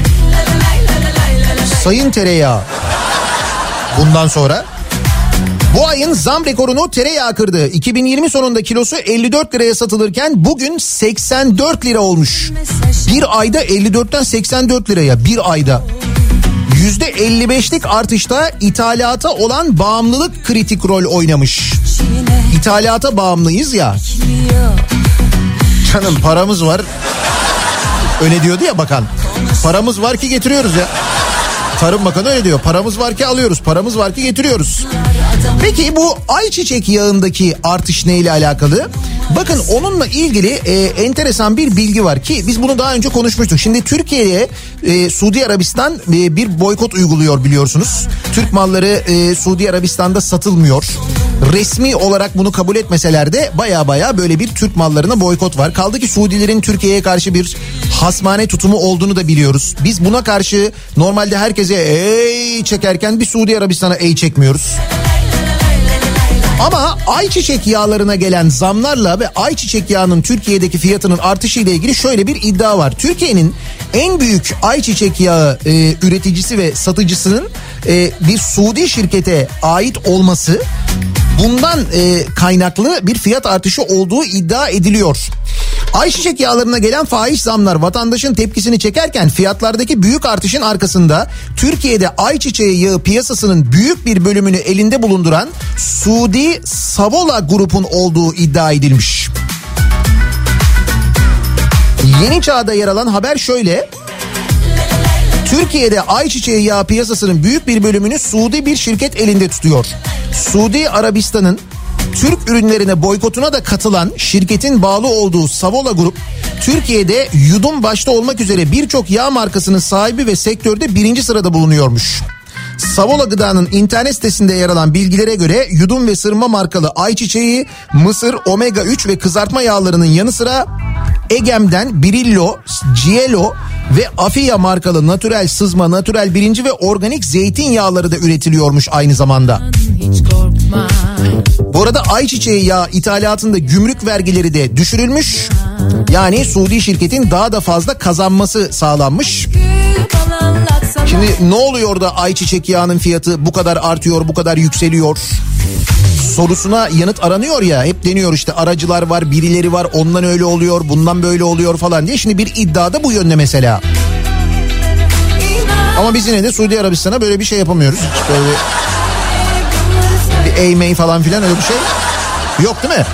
Sayın tereyağı. Bundan sonra bu ayın zam rekorunu tereyağı kırdı. iki bin yirmi sonunda kilosu elli dört liraya satılırken bugün seksen dört lira olmuş. Bir ayda elli dörtten seksen dört liraya, bir ayda. yüzde elli beşlik artışta ithalata olan bağımlılık kritik rol oynamış. İthalata bağımlıyız ya. Canım paramız var. Öyle diyordu ya bakan. Paramız var ki getiriyoruz ya. Tarım Bakanı öyle diyor. Paramız var ki alıyoruz. Paramız var ki getiriyoruz. Peki bu ayçiçek yağındaki artış neyle alakalı? Bakın onunla ilgili e, enteresan bir bilgi var ki biz bunu daha önce konuşmuştuk. Şimdi Türkiye'ye e, Suudi Arabistan e, bir boykot uyguluyor biliyorsunuz. Türk malları e, Suudi Arabistan'da satılmıyor. Resmi olarak bunu kabul etmeseler de baya baya böyle bir Türk mallarına boykot var. Kaldı ki Suudilerin Türkiye'ye karşı bir hasmane tutumu olduğunu da biliyoruz. Biz buna karşı normalde herkese ey çekerken bir Suudi Arabistan'a ey çekmiyoruz. Ama ayçiçek yağlarına gelen zamlarla ve ayçiçek yağının Türkiye'deki fiyatının artışı ile ilgili şöyle bir iddia var. Türkiye'nin en büyük ayçiçek yağı e, üreticisi ve satıcısının e, bir Suudi şirkete ait olması, bundan e, kaynaklı bir fiyat artışı olduğu iddia ediliyor. Ayçiçek yağlarına gelen fahiş zamlar vatandaşın tepkisini çekerken fiyatlardaki büyük artışın arkasında Türkiye'de ayçiçeği yağı piyasasının büyük bir bölümünü elinde bulunduran Suudi Savola Grup'un olduğu iddia edilmiş. Yeni Çağ'da yer alan haber şöyle: Türkiye'de ayçiçeği yağı piyasasının büyük bir bölümünü Suudi bir şirket elinde tutuyor. Suudi Arabistan'ın Türk ürünlerine boykotuna da katılan şirketin bağlı olduğu Savola Grup, Türkiye'de yudum başta olmak üzere birçok yağ markasının sahibi ve sektörde birinci sırada bulunuyormuş. Savola Gıda'nın internet sitesinde yer alan bilgilere göre yudum ve sırma markalı ayçiçeği, mısır, omega üç ve kızartma yağlarının yanı sıra Egem'den Brillo, Cielo ve Afia markalı natürel sızma, natürel birinci ve organik zeytinyağları da üretiliyormuş aynı zamanda. Bu arada ayçiçeği yağı ithalatında gümrük vergileri de düşürülmüş. Yani Suudi şirketin daha da fazla kazanması sağlanmış. Şimdi ne oluyor da ayçiçek yağının fiyatı bu kadar artıyor, bu kadar yükseliyor sorusuna yanıt aranıyor ya, hep deniyor işte aracılar var, birileri var, ondan öyle oluyor, bundan böyle oluyor falan diye. Şimdi bir iddia da bu yönde mesela. Ama biz yine de Suudi Arabistan'a böyle bir şey yapamıyoruz. Böyle bir eğmeyi falan filan öyle bir şey yok değil mi?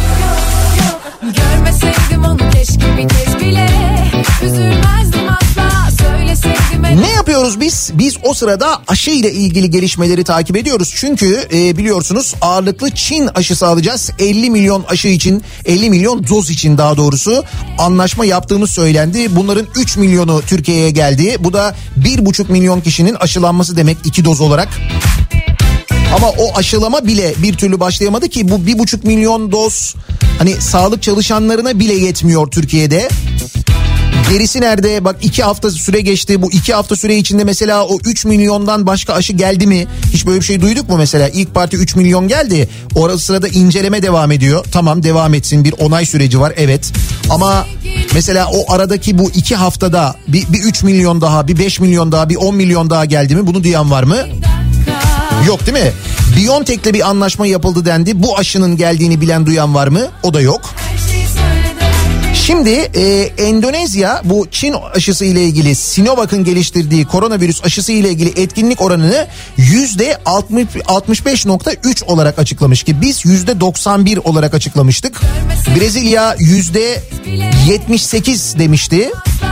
Görmeseydim onu keşke bir kez bile, üzülmezdim asla, söyleseydim. Ne yapıyoruz biz? Biz o sırada aşı ile ilgili gelişmeleri takip ediyoruz. Çünkü e, biliyorsunuz ağırlıklı Çin aşısı alacağız. elli milyon aşı için, elli milyon doz için daha doğrusu anlaşma yaptığımız söylendi. Bunların üç milyonu Türkiye'ye geldi. Bu da bir buçuk milyon kişinin aşılanması demek iki doz olarak. Ama o aşılama bile bir türlü başlayamadı ki bu bir buçuk milyon doz hani sağlık çalışanlarına bile yetmiyor Türkiye'de. Gerisi nerede? Bak iki hafta süre geçti. Bu iki hafta süre içinde mesela o üç milyondan başka aşı geldi mi? Hiç böyle bir şey duyduk mu mesela? İlk parti üç milyon geldi. Orası sırada inceleme devam ediyor. Tamam, devam etsin, bir onay süreci var, evet. Ama mesela o aradaki bu iki haftada bir, bir üç milyon daha, bir beş milyon daha, bir on milyon daha geldi mi? Bunu duyan var mı? Yok değil mi? BioNTech'le bir anlaşma yapıldı dendi. Bu aşının geldiğini bilen, duyan var mı? O da yok. Şimdi e, Endonezya bu Çin aşısı ile ilgili Sinovac'ın geliştirdiği koronavirüs aşısı ile ilgili etkinlik oranını yüzde altmış beş nokta üç olarak açıklamış ki biz yüzde doksan bir olarak açıklamıştık. Brezilya yüzde yetmiş sekiz demişti.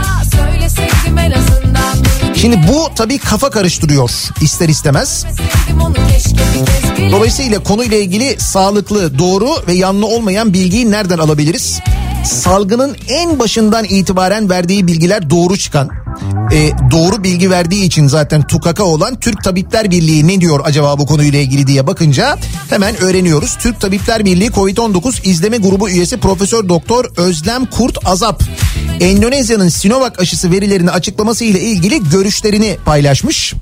Şimdi bu tabii kafa karıştırıyor ister istemez. Dolayısıyla konuyla ilgili sağlıklı, doğru ve yanlı olmayan bilgiyi nereden alabiliriz? Salgının en başından itibaren verdiği bilgiler doğru çıkan, e, doğru bilgi verdiği için zaten tukaka olan Türk Tabipler Birliği ne diyor acaba bu konuyla ilgili diye bakınca hemen öğreniyoruz. Türk Tabipler Birliği kovid on dokuz izleme grubu üyesi Profesör Doktor Özlem Kurt Azap, Endonezya'nın Sinovac aşısı verilerini açıklaması ile ilgili görüşlerini paylaşmış.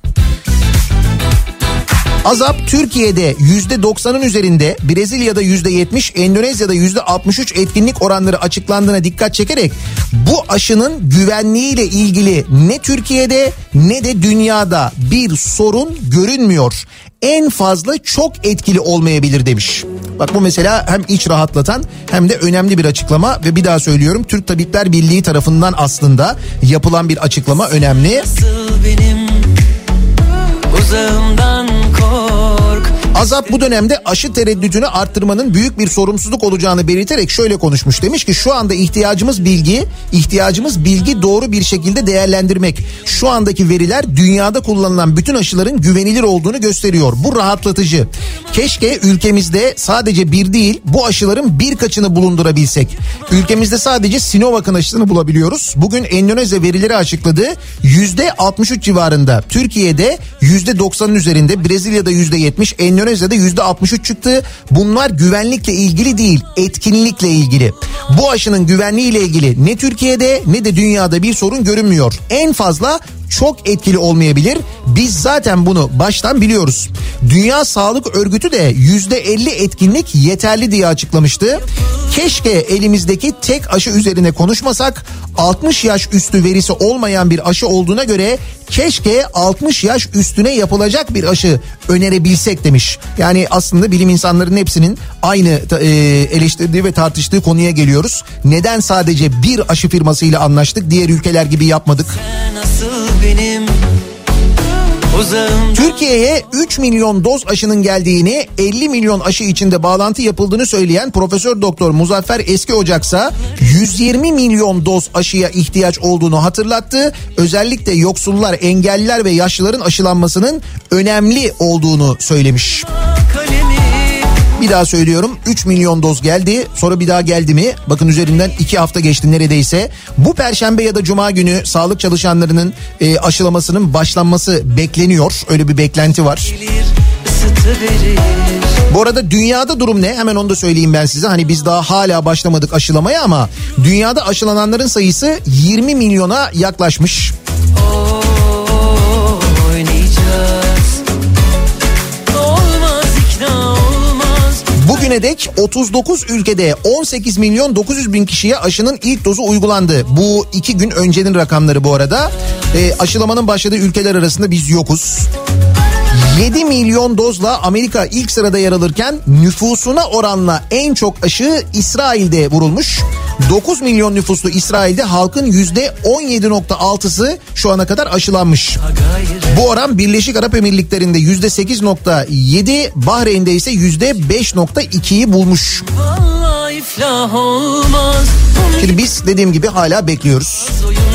Azap Türkiye'de yüzde doksanın üzerinde, Brezilya'da yüzde yetmiş, Endonezya'da yüzde altmış üç etkinlik oranları açıklandığına dikkat çekerek bu aşının güvenliğiyle ilgili ne Türkiye'de ne de dünyada bir sorun görünmüyor. En fazla çok etkili olmayabilir demiş. Bak bu mesela hem iç rahatlatan hem de önemli bir açıklama ve bir daha söylüyorum, Türk Tabipler Birliği tarafından aslında yapılan bir açıklama önemli. Nasıl benim uzağımdan kork. Azap bu dönemde aşı tereddütünü arttırmanın büyük bir sorumsuzluk olacağını belirterek şöyle konuşmuş. Demiş ki şu anda ihtiyacımız bilgi, ihtiyacımız bilgi doğru bir şekilde değerlendirmek. Şu andaki veriler dünyada kullanılan bütün aşıların güvenilir olduğunu gösteriyor. Bu rahatlatıcı. Keşke ülkemizde sadece bir değil bu aşıların birkaçını bulundurabilsek. Ülkemizde sadece Sinovac'ın aşısını bulabiliyoruz. Bugün Endonezya verileri açıkladı. yüzde altmış üç civarında. Türkiye'de yüzde doksanın üzerinde, Brezilya'da yüzde yetmiş, Endonezya'da yüzde altmış üç çıktı. Bunlar güvenlikle ilgili değil, etkinlikle ilgili. Bu aşının güvenliğiyle ilgili ne Türkiye'de ne de dünyada bir sorun görünmüyor. En fazla çok etkili olmayabilir. Biz zaten bunu baştan biliyoruz. Dünya Sağlık Örgütü de yüzde elli etkinlik yeterli diye açıklamıştı. Keşke elimizdeki tek aşı üzerine konuşmasak. altmış yaş üstü verisi olmayan bir aşı olduğuna göre keşke altmış yaş üstüne yapılacak bir aşı önerebilsek demiş. Yani aslında bilim insanlarının hepsinin aynı e, eleştirdiği ve tartıştığı konuya geliyoruz. Neden sadece bir aşı firmasıyla anlaştık, diğer ülkeler gibi yapmadık? Benim Türkiye'ye üç milyon doz aşının geldiğini, elli milyon aşı içinde bağlantı yapıldığını söyleyen Profesör Doktor Muzaffer Eskiocaksa yüz yirmi milyon doz aşıya ihtiyaç olduğunu hatırlattı. Özellikle yoksullar, engelliler ve yaşlıların aşılanmasının önemli olduğunu söylemiş. Bir daha söylüyorum, üç milyon doz geldi, sonra bir daha geldi mi? Bakın üzerinden iki hafta geçti neredeyse. Bu perşembe ya da cuma günü sağlık çalışanlarının e, aşılamasının başlanması bekleniyor. Öyle bir beklenti var. Bu arada dünyada durum ne? Hemen onu da söyleyeyim ben size. Hani biz daha hala başlamadık aşılamaya ama dünyada aşılananların sayısı yirmi milyona yaklaşmış. Bugüne dek otuz dokuz ülkede on sekiz milyon dokuz yüz bin kişiye aşının ilk dozu uygulandı. Bu iki gün öncenin rakamları bu arada. E, aşılamanın başladığı ülkeler arasında biz yokuz. yedi milyon dozla Amerika ilk sırada yer alırken nüfusuna oranla en çok aşı İsrail'de vurulmuş. dokuz milyon nüfuslu İsrail'de halkın yüzde on yedi nokta altısı şu ana kadar aşılanmış. Bu oran Birleşik Arap Emirlikleri'nde yüzde sekiz nokta yedi, Bahreyn'de ise yüzde beş nokta ikiyi bulmuş. Şimdi biz dediğim gibi hala bekliyoruz.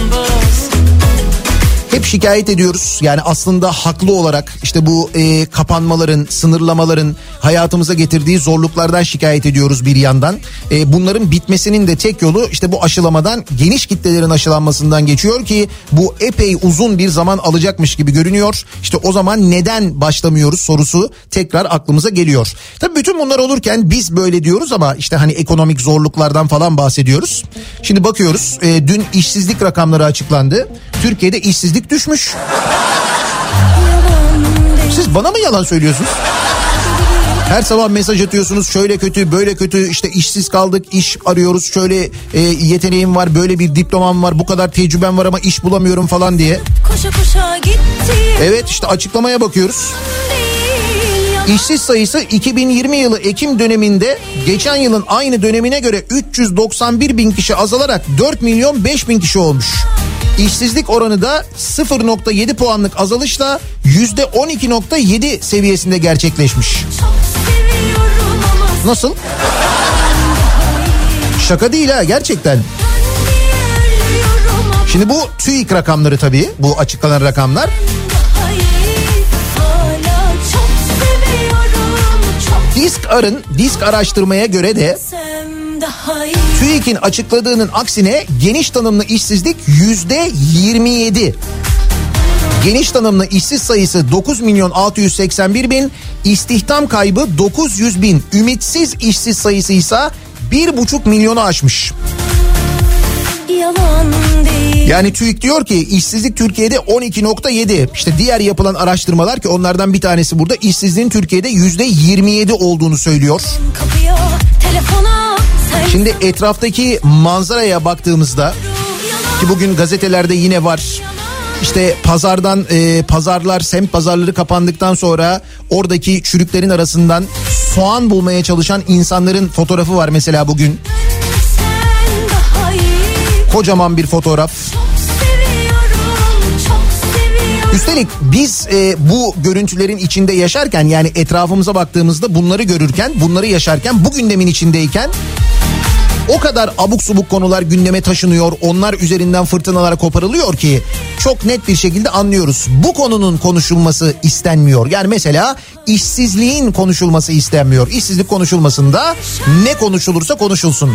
Hep şikayet ediyoruz, yani aslında haklı olarak işte bu e, kapanmaların, sınırlamaların hayatımıza getirdiği zorluklardan şikayet ediyoruz bir yandan. E, bunların bitmesinin de tek yolu işte bu aşılamadan, geniş kitlelerin aşılanmasından geçiyor ki bu epey uzun bir zaman alacakmış gibi görünüyor. İşte o zaman neden başlamıyoruz sorusu tekrar aklımıza geliyor. Tabii bütün bunlar olurken biz böyle diyoruz ama işte hani ekonomik zorluklardan falan bahsediyoruz. Şimdi bakıyoruz, e, dün işsizlik rakamları açıklandı. Türkiye'de işsizlik düşmüş. Siz bana mı yalan söylüyorsunuz? Her sabah mesaj atıyorsunuz, şöyle kötü böyle kötü, işte işsiz kaldık, iş arıyoruz, şöyle e, yeteneğim var, böyle bir diplomam var, bu kadar tecrübem var ama iş bulamıyorum falan diye. Koşa koşa gitti. Evet, işte açıklamaya bakıyoruz. İşsiz sayısı iki bin yirmi yılı Ekim döneminde geçen yılın aynı dönemine göre üç yüz doksan bir bin kişi azalarak dört milyon beş bin kişi olmuş. İşsizlik oranı da sıfır nokta yedi puanlık azalışla yüzde on iki nokta yedi seviyesinde gerçekleşmiş. Nasıl? Şaka değil ha, gerçekten. Şimdi bu TÜİK rakamları tabii, bu açıklanan rakamlar. Disk-Ar'ın Disk araştırmaya göre de TÜİK'in açıkladığının aksine geniş tanımlı işsizlik yüzde yirmi yedi. Geniş tanımlı işsiz sayısı dokuz milyon altı yüz seksen bir bin, istihdam kaybı dokuz yüz bin, ümitsiz işsiz sayısı ise bir buçuk milyonu aşmış. Yani TÜİK diyor ki işsizlik Türkiye'de on iki nokta yedi. İşte diğer yapılan araştırmalar, ki onlardan bir tanesi burada, işsizliğin Türkiye'de yüzde yirmi yedi olduğunu söylüyor. Şimdi etraftaki manzaraya baktığımızda, ki bugün gazetelerde yine var, işte pazardan e, pazarlar, semt pazarları kapandıktan sonra oradaki çürüklerin arasından soğan bulmaya çalışan insanların fotoğrafı var mesela bugün. Kocaman bir fotoğraf. Üstelik biz e, bu görüntülerin içinde yaşarken, yani etrafımıza baktığımızda bunları görürken, bunları yaşarken, bu gündemin içindeyken o kadar abuk subuk konular gündeme taşınıyor, onlar üzerinden fırtınalar koparılıyor ki çok net bir şekilde anlıyoruz. Bu konunun konuşulması istenmiyor. Yani mesela işsizliğin konuşulması istenmiyor. İşsizlik konuşulmasında ne konuşulursa konuşulsun.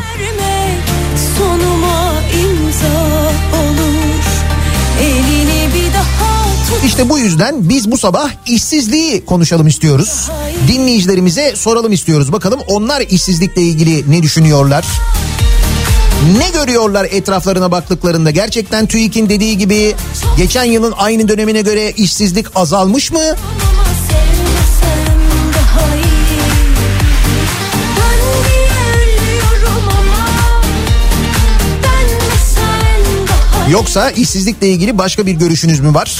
İşte bu yüzden biz bu sabah işsizliği konuşalım istiyoruz. Dinleyicilerimize soralım istiyoruz. Bakalım onlar işsizlikle ilgili ne düşünüyorlar? Ne görüyorlar etraflarına baktıklarında? Gerçekten TÜİK'in dediği gibi geçen yılın aynı dönemine göre işsizlik azalmış mı? Yoksa işsizlikle ilgili başka bir görüşünüz mü var?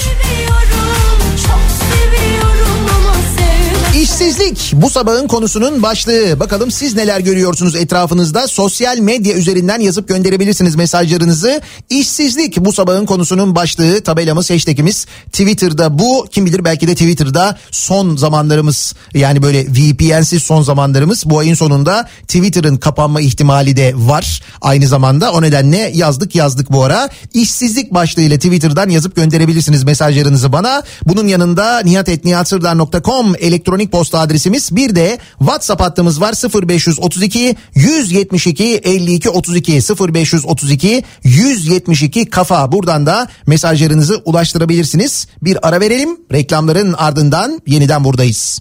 İşsizlik bu sabahın konusunun başlığı. Bakalım siz neler görüyorsunuz etrafınızda? Sosyal medya üzerinden yazıp gönderebilirsiniz mesajlarınızı. İşsizlik bu sabahın konusunun başlığı. Tabelamız, hashtagimiz Twitter'da bu. Kim bilir belki de Twitter'da son zamanlarımız, yani böyle V P N'siz son zamanlarımız. Bu ayın sonunda Twitter'ın kapanma ihtimali de var aynı zamanda. O nedenle yazdık yazdık bu ara. İşsizlik başlığıyla Twitter'dan yazıp gönderebilirsiniz mesajlarınızı bana. Bunun yanında nihat et nihat sırdar nokta com elektronik posta e-posta adresimiz. Bir de WhatsApp hattımız var sıfır beş otuz iki yüz yetmiş iki elli iki otuz iki sıfır beş otuz iki yüz yetmiş iki kafa. Buradan da mesajlarınızı ulaştırabilirsiniz. Bir ara verelim. Reklamların ardından yeniden buradayız.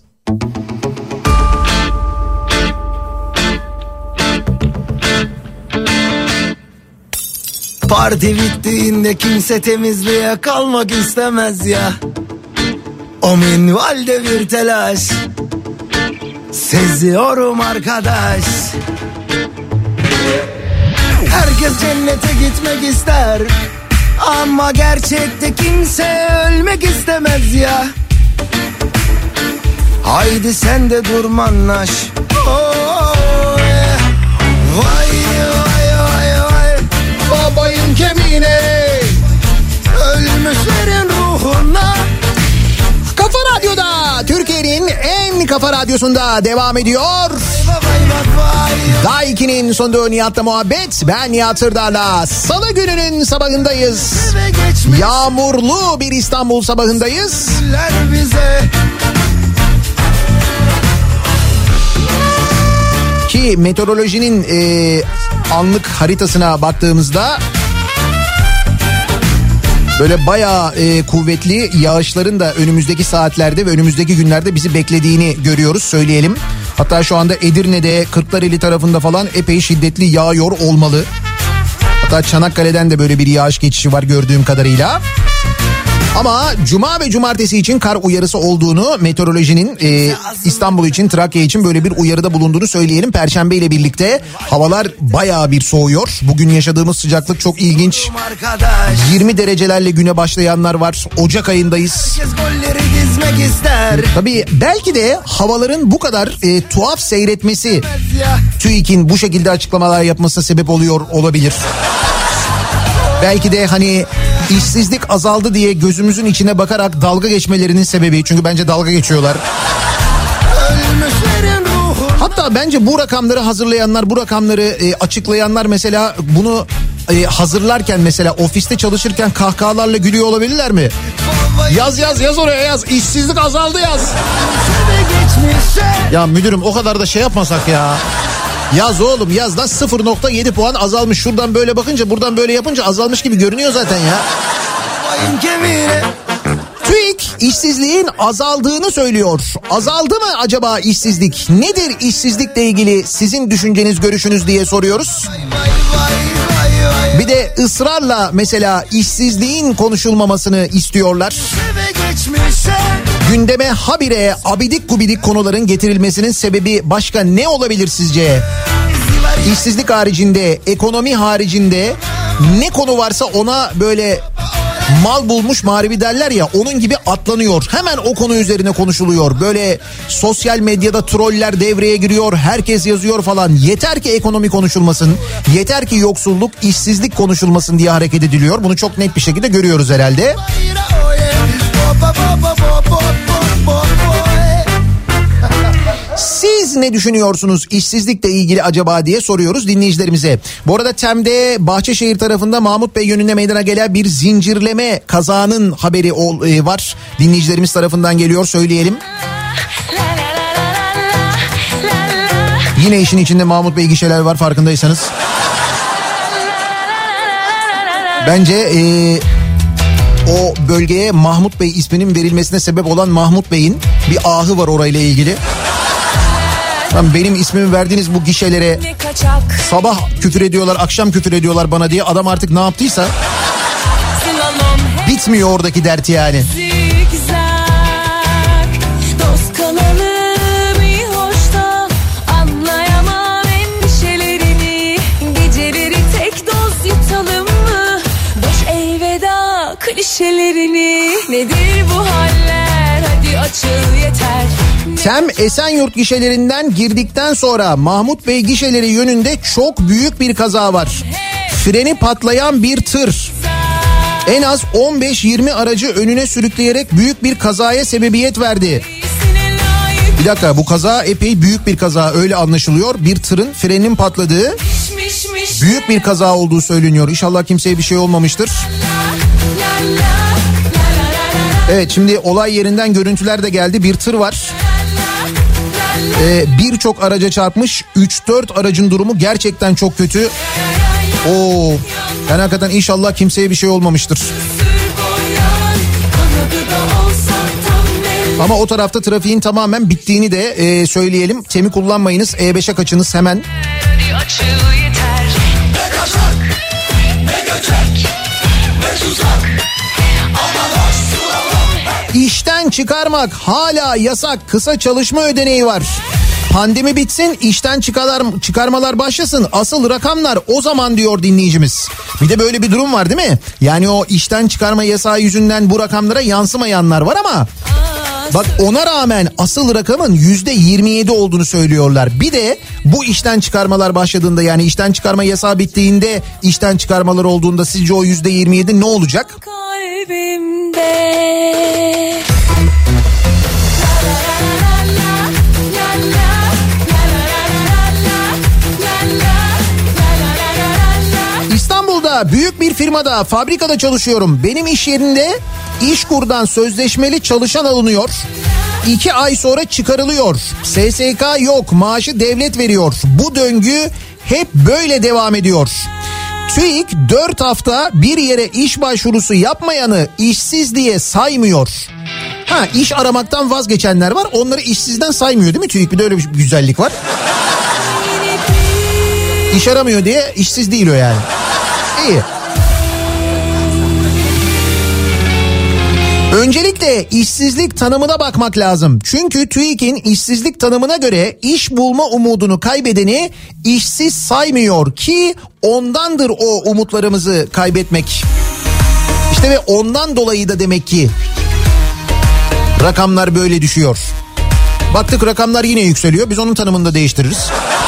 Parti bittiğinde kimse temizliğe kalmak istemez ya. O minvalde bir telaş seziyorum arkadaş. Herkes cennete gitmek ister ama gerçekte kimse ölmek istemez ya. Haydi sen de durmanlaş. Oh, yeah. Vay vay vay vay. Babayın kemiğine, ölmüşlerin ruhuna. Kafa Radyo'da, Türkiye'nin en kafa radyosunda devam ediyor. Daha ikinin sonunda Nihat'la muhabbet. Ben Nihat Sırdar'la Salı gününün sabahındayız. Yağmurlu bir İstanbul sabahındayız. Bize. Ki meteorolojinin e, anlık haritasına baktığımızda böyle bayağı e, kuvvetli yağışların da önümüzdeki saatlerde ve önümüzdeki günlerde bizi beklediğini görüyoruz, söyleyelim. Hatta şu anda Edirne'de, Kırklareli tarafında falan epey şiddetli yağıyor olmalı. Hatta Çanakkale'den de böyle bir yağış geçişi var gördüğüm kadarıyla. Ama cuma ve cumartesi için kar uyarısı olduğunu, meteorolojinin e, İstanbul için, Trakya için böyle bir uyarıda bulunduğunu söyleyelim. Perşembe ile birlikte havalar bayağı bir soğuyor. Bugün yaşadığımız sıcaklık çok ilginç. yirmi derecelerle güne başlayanlar var. Ocak ayındayız. Tabii belki de havaların bu kadar e, tuhaf seyretmesi TÜİK'in bu şekilde açıklamalar yapmasına sebep oluyor olabilir. Belki de hani işsizlik azaldı diye gözümüzün içine bakarak dalga geçmelerinin sebebi. Çünkü bence dalga geçiyorlar. Hatta bence bu rakamları hazırlayanlar, bu rakamları e, açıklayanlar mesela bunu e, hazırlarken, mesela ofiste çalışırken kahkahalarla gülüyor olabilirler mi? Yaz yaz yaz oraya yaz. İşsizlik azaldı yaz. Ya müdürüm o kadar da şey yapmasak ya. Yaz oğlum yaz da sıfır nokta yedi puan azalmış. Şuradan böyle bakınca, buradan böyle yapınca azalmış gibi görünüyor zaten ya. TÜİK işsizliğin azaldığını söylüyor. Azaldı mı acaba işsizlik? Nedir işsizlikle ilgili sizin düşünceniz, görüşünüz diye soruyoruz. Bir de ısrarla mesela işsizliğin konuşulmamasını istiyorlar. Gündeme habire abidik gubidik konuların getirilmesinin sebebi başka ne olabilir sizce? İşsizlik haricinde, ekonomi haricinde ne konu varsa ona böyle mal bulmuş mağribi derler ya, onun gibi atlanıyor. Hemen o konu üzerine konuşuluyor. Böyle sosyal medyada troller devreye giriyor. Herkes yazıyor falan. Yeter ki ekonomi konuşulmasın. Yeter ki yoksulluk, işsizlik konuşulmasın diye hareket ediliyor. Bunu çok net bir şekilde görüyoruz herhalde. Siz ne düşünüyorsunuz işsizlikle ilgili acaba diye soruyoruz dinleyicilerimize. Bu arada Tem'de Bahçeşehir tarafında Mahmut Bey yönünde meydana gelen bir zincirleme kazanın haberi var. Dinleyicilerimiz tarafından geliyor, söyleyelim. Yine işin içinde Mahmut Bey gişeler var, farkındaysanız. Bence ee, o bölgeye Mahmut Bey isminin verilmesine sebep olan Mahmut Bey'in bir ahı var orayla ilgili. Benim ismimi verdiğiniz bu gişelere sabah küfür ediyorlar, akşam küfür ediyorlar bana diye, adam artık ne yaptıysa bitmiyor oradaki dert yani. Klişelerini, nedir bu haller, hadi açıl yeter. Tem Esenyurt gişelerinden girdikten sonra Mahmut Bey gişeleri yönünde çok büyük bir kaza var. Freni patlayan bir tır en az on beş yirmi aracı önüne sürükleyerek büyük bir kazaya sebebiyet verdi. Bir dakika, bu kaza epey büyük bir kaza, öyle anlaşılıyor. Bir tırın freninin patladığı büyük bir kaza olduğu söyleniyor. İnşallah kimseye bir şey olmamıştır. Evet, şimdi olay yerinden görüntüler de geldi. Bir tır var. Ee, Birçok araca çarpmış. üç dört aracın durumu gerçekten çok kötü. Oo, yani hakikaten inşallah kimseye bir şey olmamıştır. Ama o tarafta trafiğin tamamen bittiğini de e, söyleyelim. Temi kullanmayınız. E beşe kaçınız hemen. İşten çıkarmak hala yasak. Kısa çalışma ödeneği var. Pandemi bitsin, işten çıkarlar, çıkarmalar başlasın. Asıl rakamlar o zaman diyor dinleyicimiz. Bir de böyle bir durum var değil mi? Yani o işten çıkarma yasağı yüzünden bu rakamlara yansımayanlar var ama... Bak ona rağmen asıl rakamın yüzde yirmi yedi olduğunu söylüyorlar. Bir de bu işten çıkarmalar başladığında, yani işten çıkarma yasağı bittiğinde işten çıkarmalar olduğunda sizce o yüzde yirmi yedi ne olacak? Kalbimde. İstanbul'da büyük bir firmada, fabrikada çalışıyorum. Benim iş yerinde İşkur'dan sözleşmeli çalışan alınıyor. İki ay sonra çıkarılıyor. S S K yok, maaşı devlet veriyor. Bu döngü hep böyle devam ediyor. TÜİK dört hafta bir yere iş başvurusu yapmayanı işsiz diye saymıyor. Ha, iş aramaktan vazgeçenler var, onları işsizden saymıyor değil mi TÜİK? Bir de öyle bir güzellik var. İş aramıyor diye işsiz değil o yani. İyi. Öncelikle işsizlik tanımına bakmak lazım. Çünkü TÜİK'in işsizlik tanımına göre iş bulma umudunu kaybedeni işsiz saymıyor ki ondandır o umutlarımızı kaybetmek. İşte ve ondan dolayı da demek ki rakamlar böyle düşüyor. Baktık rakamlar yine yükseliyor, biz onun tanımını da değiştiririz.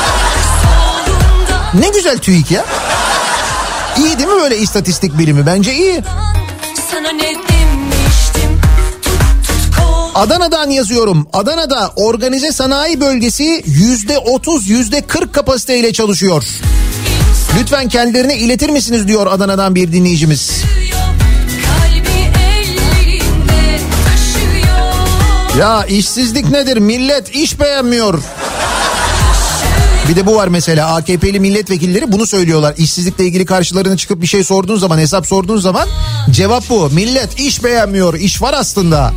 Ne güzel TÜİK ya. İyi değil mi böyle istatistik bilimi? Bence iyi. Sana ne demiştim? Tut, tut, kol. Adana'dan yazıyorum. Adana'da organize sanayi bölgesi yüzde otuz, yüzde kırk kapasiteyle çalışıyor. Lütfen kendilerine iletir misiniz diyor Adana'dan bir dinleyicimiz. Ya işsizlik nedir? Millet iş beğenmiyor. Bir de bu var mesela, A K P'li milletvekilleri bunu söylüyorlar. İşsizlikle ilgili karşılarına çıkıp bir şey sorduğun zaman, hesap sorduğun zaman cevap bu. Millet iş beğenmiyor. İş var aslında.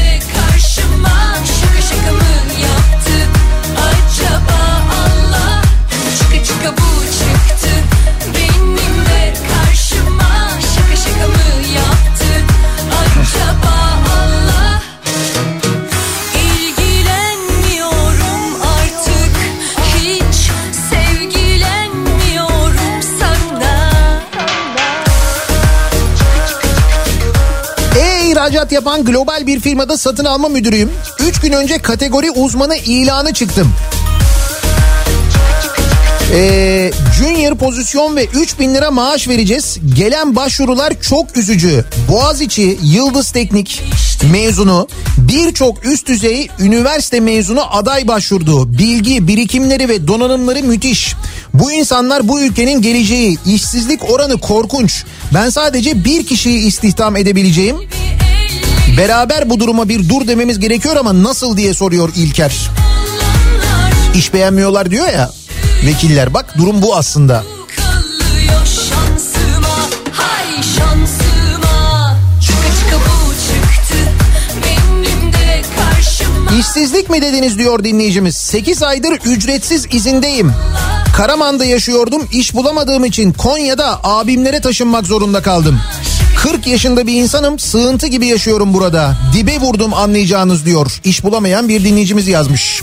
İhracat yapan global bir firmada satın alma müdürüyüm. Üç gün önce kategori uzmanı ilanı çıktım. Ee, junior pozisyon ve üç bin lira maaş vereceğiz. Gelen başvurular çok üzücü. Boğaziçi, Yıldız Teknik mezunu, birçok üst düzey üniversite mezunu aday başvurdu. Bilgi, birikimleri ve donanımları müthiş. Bu insanlar bu ülkenin geleceği. İşsizlik oranı korkunç. Ben sadece bir kişiyi istihdam edebileceğim. Beraber bu duruma bir dur dememiz gerekiyor ama nasıl diye soruyor İlker. İş beğenmiyorlar diyor ya vekiller, bak durum bu aslında. İşsizlik mi dediniz diyor dinleyicimiz. sekiz aydır ücretsiz izindeyim. Karaman'da yaşıyordum, iş bulamadığım için Konya'da abimlere taşınmak zorunda kaldım. kırk yaşında bir insanım, sığıntı gibi yaşıyorum burada. Dibe vurdum anlayacağınız diyor. İş bulamayan bir dinleyicimiz yazmış.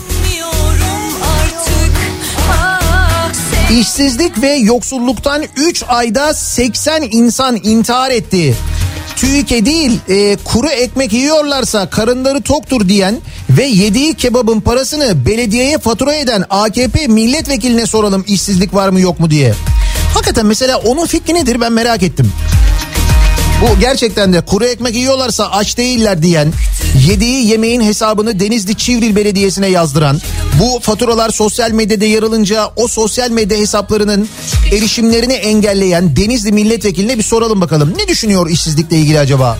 İşsizlik ve yoksulluktan üç ayda seksen insan intihar etti. TÜİK'e değil e, kuru ekmek yiyorlarsa karınları toktur diyen ve yediği kebabın parasını belediyeye fatura eden A K P milletvekiline soralım işsizlik var mı yok mu diye. Hakikaten mesela onun fikri nedir ben merak ettim. Bu gerçekten de kuru ekmek yiyorlarsa aç değiller diyen, yediği yemeğin hesabını Denizli Çivril Belediyesi'ne yazdıran, bu faturalar sosyal medyada yer alınca o sosyal medya hesaplarının erişimlerini engelleyen Denizli milletvekiline bir soralım bakalım. Ne düşünüyor işsizlikle ilgili acaba?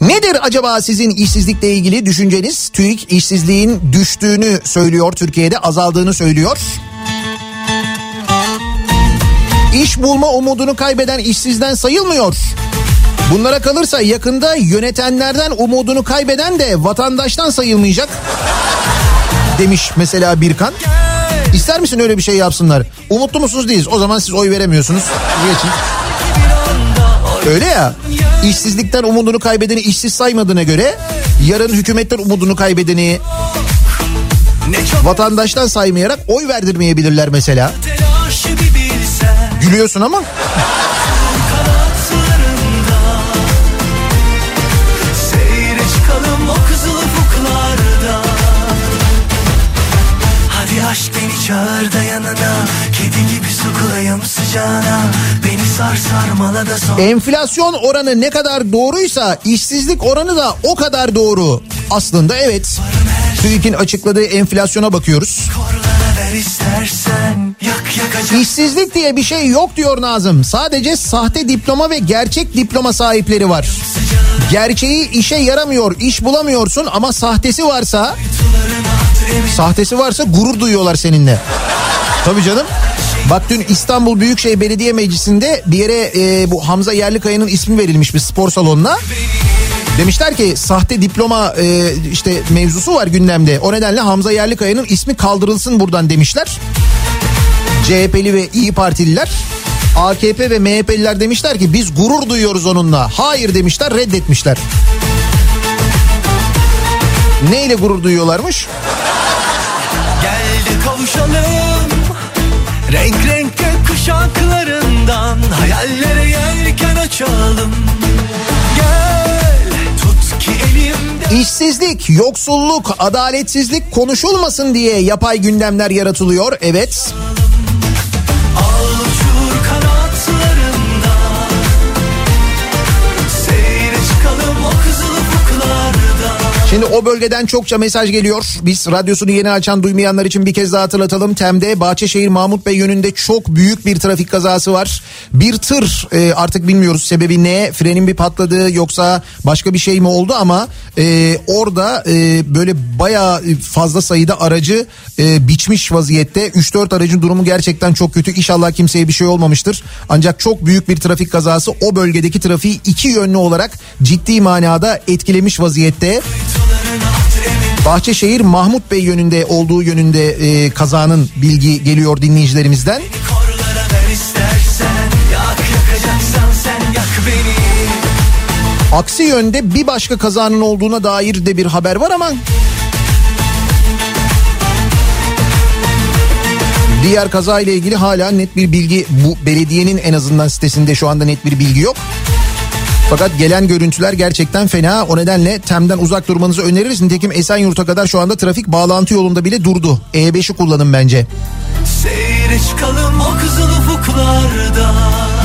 Nedir acaba sizin işsizlikle ilgili düşünceniz? TÜİK işsizliğin düştüğünü söylüyor, Türkiye'de azaldığını söylüyor. İş bulma umudunu kaybeden işsizden sayılmıyor. Bunlara kalırsa yakında yönetenlerden umudunu kaybeden de vatandaştan sayılmayacak demiş mesela Birkan. İster misin öyle bir şey yapsınlar? Umutlu musunuz? Değiliz. O zaman siz oy veremiyorsunuz. Geçin. Öyle ya. İşsizlikten umudunu kaybedeni işsiz saymadığına göre yarın hükümetten umudunu kaybedeni vatandaştan saymayarak oy verdirmeyebilirler mesela. Gülüyorsun ama. Aşk beni çağır da yanına, kedi gibi sokulayım sıcağına, beni sar sarmala da son. Enflasyon oranı ne kadar doğruysa işsizlik oranı da o kadar doğru. Aslında evet. TÜİK'in açıkladığı enflasyona bakıyoruz. Istersen, yak yakacak. İşsizlik diye bir şey yok diyor Nazım. Sadece sahte diploma ve gerçek diploma sahipleri var. Gerçeği işe yaramıyor, iş bulamıyorsun ama sahtesi varsa... Sahtesi varsa gurur duyuyorlar seninle. Tabii canım. Bak dün İstanbul Büyükşehir Belediye Meclisi'nde bir yere e, bu Hamza Yerlikaya'nın ismi verilmiş bir spor salonuna. Demişler ki sahte diploma e, işte mevzusu var gündemde. O nedenle Hamza Yerlikaya'nın ismi kaldırılsın buradan demişler. C H P'li ve İyi Partililer. A K P ve M H P'liler demişler ki biz gurur duyuyoruz onunla. Hayır demişler, reddetmişler. Neyle gurur duyuyorlarmış? Gel de kavuşalım, renk renk gökkuşaklarından hayallere yelken açalım. Gel tut ki elimde. İşsizlik, yoksulluk, adaletsizlik konuşulmasın diye yapay gündemler yaratılıyor. Evet. Al uçur kanatlarında, seyre çıkalım o kızıl ufuklarda. Şimdi o bölgeden çokça mesaj geliyor. Biz radyosunu yeni açan duymayanlar için bir kez daha hatırlatalım. Tem'de Bahçeşehir Mahmut Bey yönünde çok büyük bir trafik kazası var. Bir tır e, artık bilmiyoruz sebebi ne, frenin bir patladığı yoksa başka bir şey mi oldu ama e, orada e, böyle bayağı fazla sayıda aracı e, biçmiş vaziyette. üç dört aracın durumu gerçekten çok kötü. İnşallah kimseye bir şey olmamıştır. Ancak çok büyük bir trafik kazası o bölgedeki trafiği iki yönlü olarak ciddi manada etkilemiş vaziyette. Bahçeşehir Mahmut Bey yönünde olduğu yönünde e, kazanın bilgi geliyor dinleyicilerimizden. Aksi yönde bir başka kazanın olduğuna dair de bir haber var ama diğer kaza ile ilgili hala net bir bilgi, bu belediyenin en azından sitesinde şu anda net bir bilgi yok. Fakat gelen görüntüler gerçekten fena. O nedenle Tem'den uzak durmanızı öneririz. Nitekim Esenyurt'a kadar şu anda trafik bağlantı yolunda bile durdu. E beşi kullanın bence. Seyre çıkalım o kızıl ufuklarda.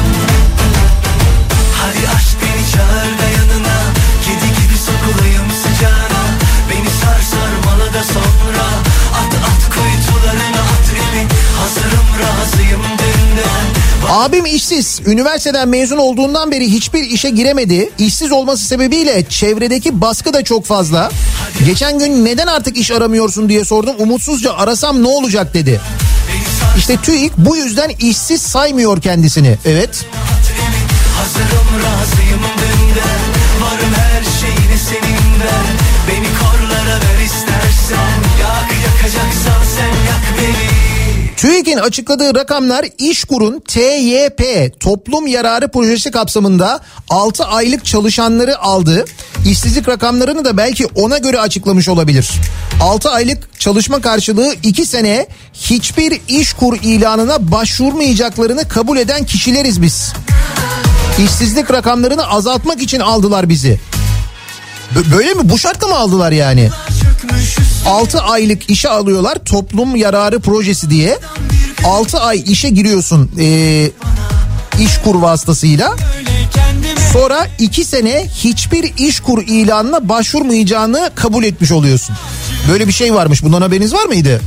Hadi aşk beni çağır da yanına, kedi gibi sokulayım sıcağına, beni sar sarmala da sonra at at kuytularına at elin, hazırım razıyım dünden. Abim işsiz. Üniversiteden mezun olduğundan beri hiçbir işe giremedi. İşsiz olması sebebiyle çevredeki baskı da çok fazla. Geçen gün neden artık iş aramıyorsun diye sordum. Umutsuzca arasam ne olacak dedi. İşte TÜİK bu yüzden işsiz saymıyor kendisini. Evet. Hazırım razıyım dünden, varım her şeyini senin ver. Beni korlara ver istersen, yak yakacaksan sen yak beni. TÜİK'in açıkladığı rakamlar İşkur'un T Y P toplum yararı projesi kapsamında altı aylık çalışanları aldı. İşsizlik rakamlarını da belki ona göre açıklamış olabilir. altı aylık çalışma karşılığı iki sene hiçbir İşkur ilanına başvurmayacaklarını kabul eden kişileriz biz. İşsizlik rakamlarını azaltmak için aldılar bizi. Böyle mi? Bu şartla mı aldılar yani? altı aylık işe alıyorlar, toplum yararı projesi diye. altı ay işe giriyorsun ee, İşkur vasıtasıyla. Sonra iki sene hiçbir İşkur ilanına başvurmayacağını kabul etmiş oluyorsun. Böyle bir şey varmış. Bundan haberiniz var mıydı?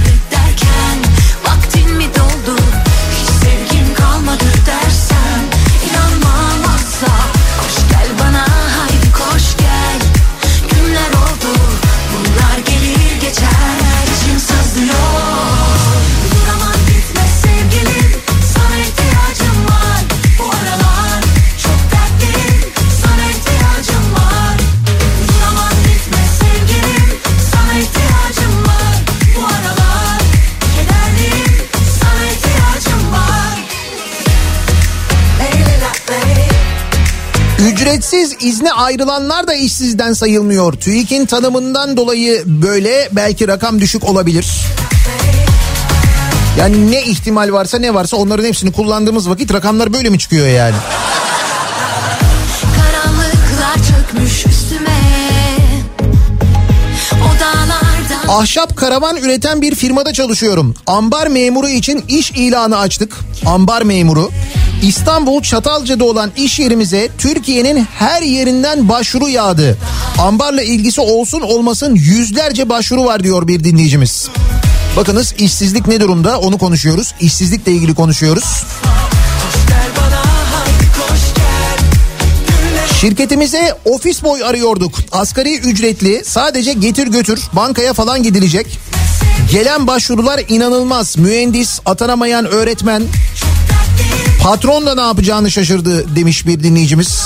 Vaktin mi doldu? Hiç sevgim kalmadı dersen, inanmam asla. Koş gel bana, haydi koş gel. Ücretsiz izne ayrılanlar da işsizden sayılmıyor. TÜİK'in tanımından dolayı böyle, belki rakam düşük olabilir. Yani ne ihtimal varsa ne varsa onların hepsini kullandığımız vakit rakamlar böyle mi çıkıyor yani? Karanlıklar çökmüş üstüme. Odalardan... Ahşap karavan üreten bir firmada çalışıyorum. Ambar memuru için iş ilanı açtık. Ambar memuru. İstanbul Çatalca'da olan iş yerimize Türkiye'nin her yerinden başvuru yağdı. Ambarla ilgisi olsun olmasın yüzlerce başvuru var diyor bir dinleyicimiz. Bakınız işsizlik ne durumda, onu konuşuyoruz. İşsizlikle ilgili konuşuyoruz. Şirketimize ofis boy arıyorduk. Asgari ücretli, sadece getir götür, bankaya falan gidilecek. Gelen başvurular inanılmaz. Mühendis, atanamayan öğretmen. Patron da ne yapacağını şaşırdı demiş bir dinleyicimiz.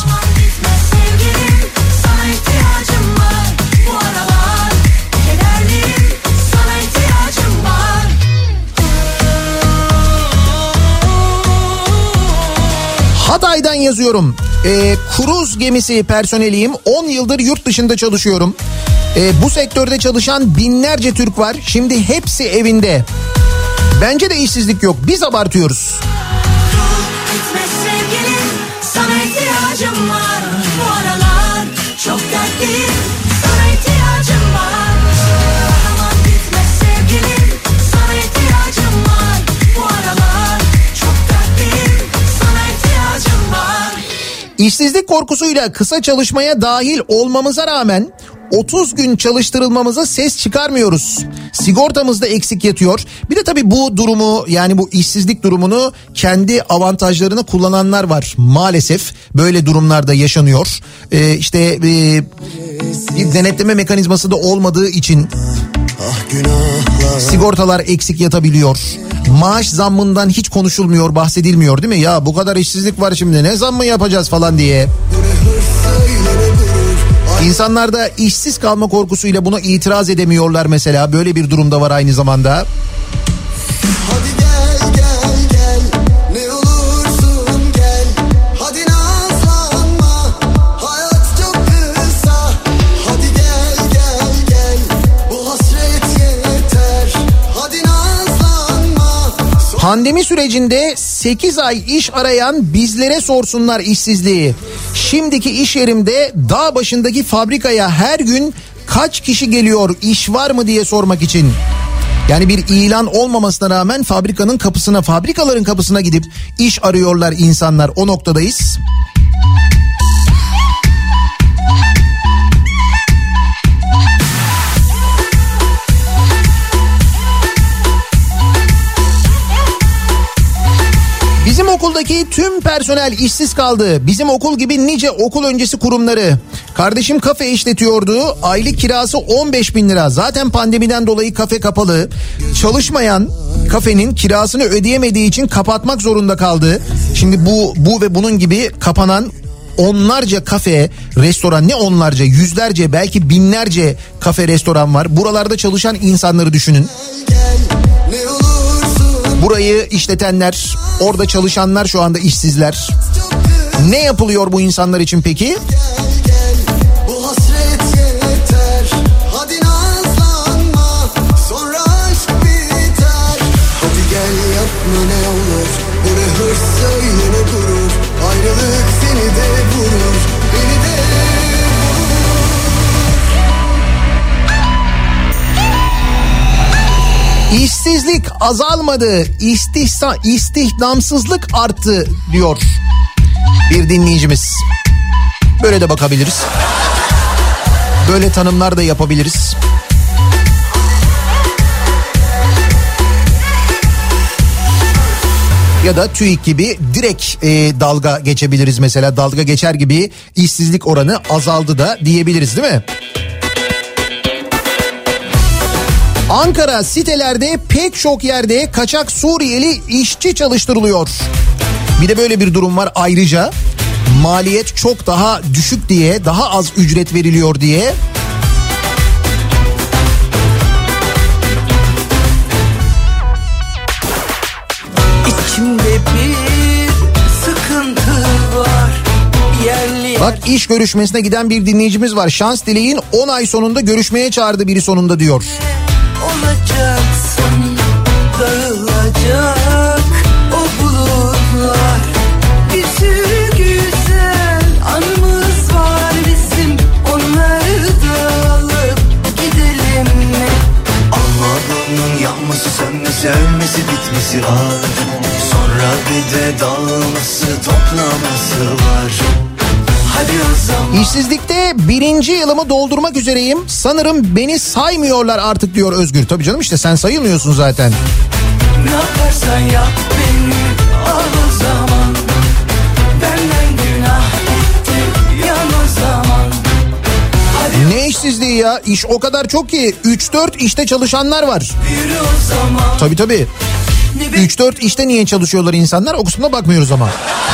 Hatay'dan yazıyorum. E, kruz gemisi personeliyim. on yıldır yurt dışında çalışıyorum. E, bu sektörde çalışan binlerce Türk var. Şimdi hepsi evinde. Bence de işsizlik yok. Biz abartıyoruz. Gitme sevgilim, sana ihtiyacım var. Bu aralar çok dertliyim, sana ihtiyacım var. Aman gitme sevgilim, sana ihtiyacım var. Bu aralar çok dertliyim, sana ihtiyacım var. İşsizlik korkusuyla kısa çalışmaya dahil olmamıza rağmen otuz gün çalıştırılmamıza ses çıkarmıyoruz. Sigortamızda eksik yatıyor. Bir de tabii bu durumu, yani bu işsizlik durumunu kendi avantajlarını kullananlar var. Maalesef böyle durumlarda yaşanıyor. Ee, işte e, bir denetleme mekanizması da olmadığı için sigortalar eksik yatabiliyor. Maaş zammından hiç konuşulmuyor, bahsedilmiyor değil mi? Ya bu kadar işsizlik var, şimdi ne zam mı yapacağız falan diye. İnsanlar da işsiz kalma korkusuyla buna itiraz edemiyorlar mesela. Böyle bir durumda var aynı zamanda. Hadi gel gel gel, ne olursun gel. Hadi nazlanma, hayat çok kısa. Hadi gel gel gel, bu hasret yeter. Hadi nazlanma. Pandemi sürecinde sekiz ay iş arayan bizlere sorsunlar işsizliği. Şimdiki iş yerimde dağ başındaki fabrikaya her gün kaç kişi geliyor, iş var mı diye sormak için. Yani bir ilan olmamasına rağmen fabrikanın kapısına, fabrikaların kapısına gidip iş arıyorlar insanlar, o noktadayız. Bizim okuldaki tüm personel işsiz kaldı. Bizim okul gibi nice okul öncesi kurumları. Kardeşim kafe işletiyordu. Aylık kirası on beş bin lira. Zaten pandemiden dolayı kafe kapalı. Çalışmayan kafenin kirasını ödeyemediği için kapatmak zorunda kaldı. Şimdi bu, bu ve bunun gibi kapanan onlarca kafe, restoran, ne onlarca, yüzlerce, belki binlerce kafe, restoran var. Buralarda çalışan insanları düşünün. Burayı işletenler, orada çalışanlar şu anda işsizler. Ne yapılıyor bu insanlar için peki? Gel gel, bu hasret yeter. Hadi nazlanma, sonra aşk biter. Hadi gel yapma ne olur, bu ne hırs söyle ne gurur. Ayrılık seni de vurur, beni de İşsizlik azalmadı, istihsa, istihdamsızlık arttı diyor bir dinleyicimiz. Böyle de bakabiliriz. Böyle tanımlar da yapabiliriz. Ya da TÜİK gibi direkt e, dalga geçebiliriz mesela. Dalga geçer gibi işsizlik oranı azaldı da diyebiliriz, değil mi? Ankara sitelerde pek çok yerde kaçak Suriyeli işçi çalıştırılıyor. Bir de böyle bir durum var ayrıca. Maliyet çok daha düşük diye, daha az ücret veriliyor diye. İçimde bir sıkıntı var. Yerli Bak iş görüşmesine giden bir dinleyicimiz var. Şans dileyin, on ay sonunda görüşmeye çağırdı biri sonunda diyor. Olacaksın, dağılacak o bulutlar. Bir sürü güzel anımız var bizim, onları da alıp gidelim mi? Allah'ın yanması sönmesi, ölmesi bitmesi var. Sonra bir de dağılması toplaması var. Hadi o zaman. İşsizlikte birinci yılımı doldurmak üzereyim. Sanırım beni saymıyorlar artık diyor Özgür. Tabii canım, işte sen sayılmıyorsun zaten. Ne yaparsan yap beni al o zaman. Benden günah gitti yan o zaman. Hadi Ne işsizliği ya? İş o kadar çok ki üç dört işte çalışanlar var. yürü o zaman. Tabii tabii. üç dört işte niye çalışıyorlar insanlar? O kısmına bakmıyoruz ama.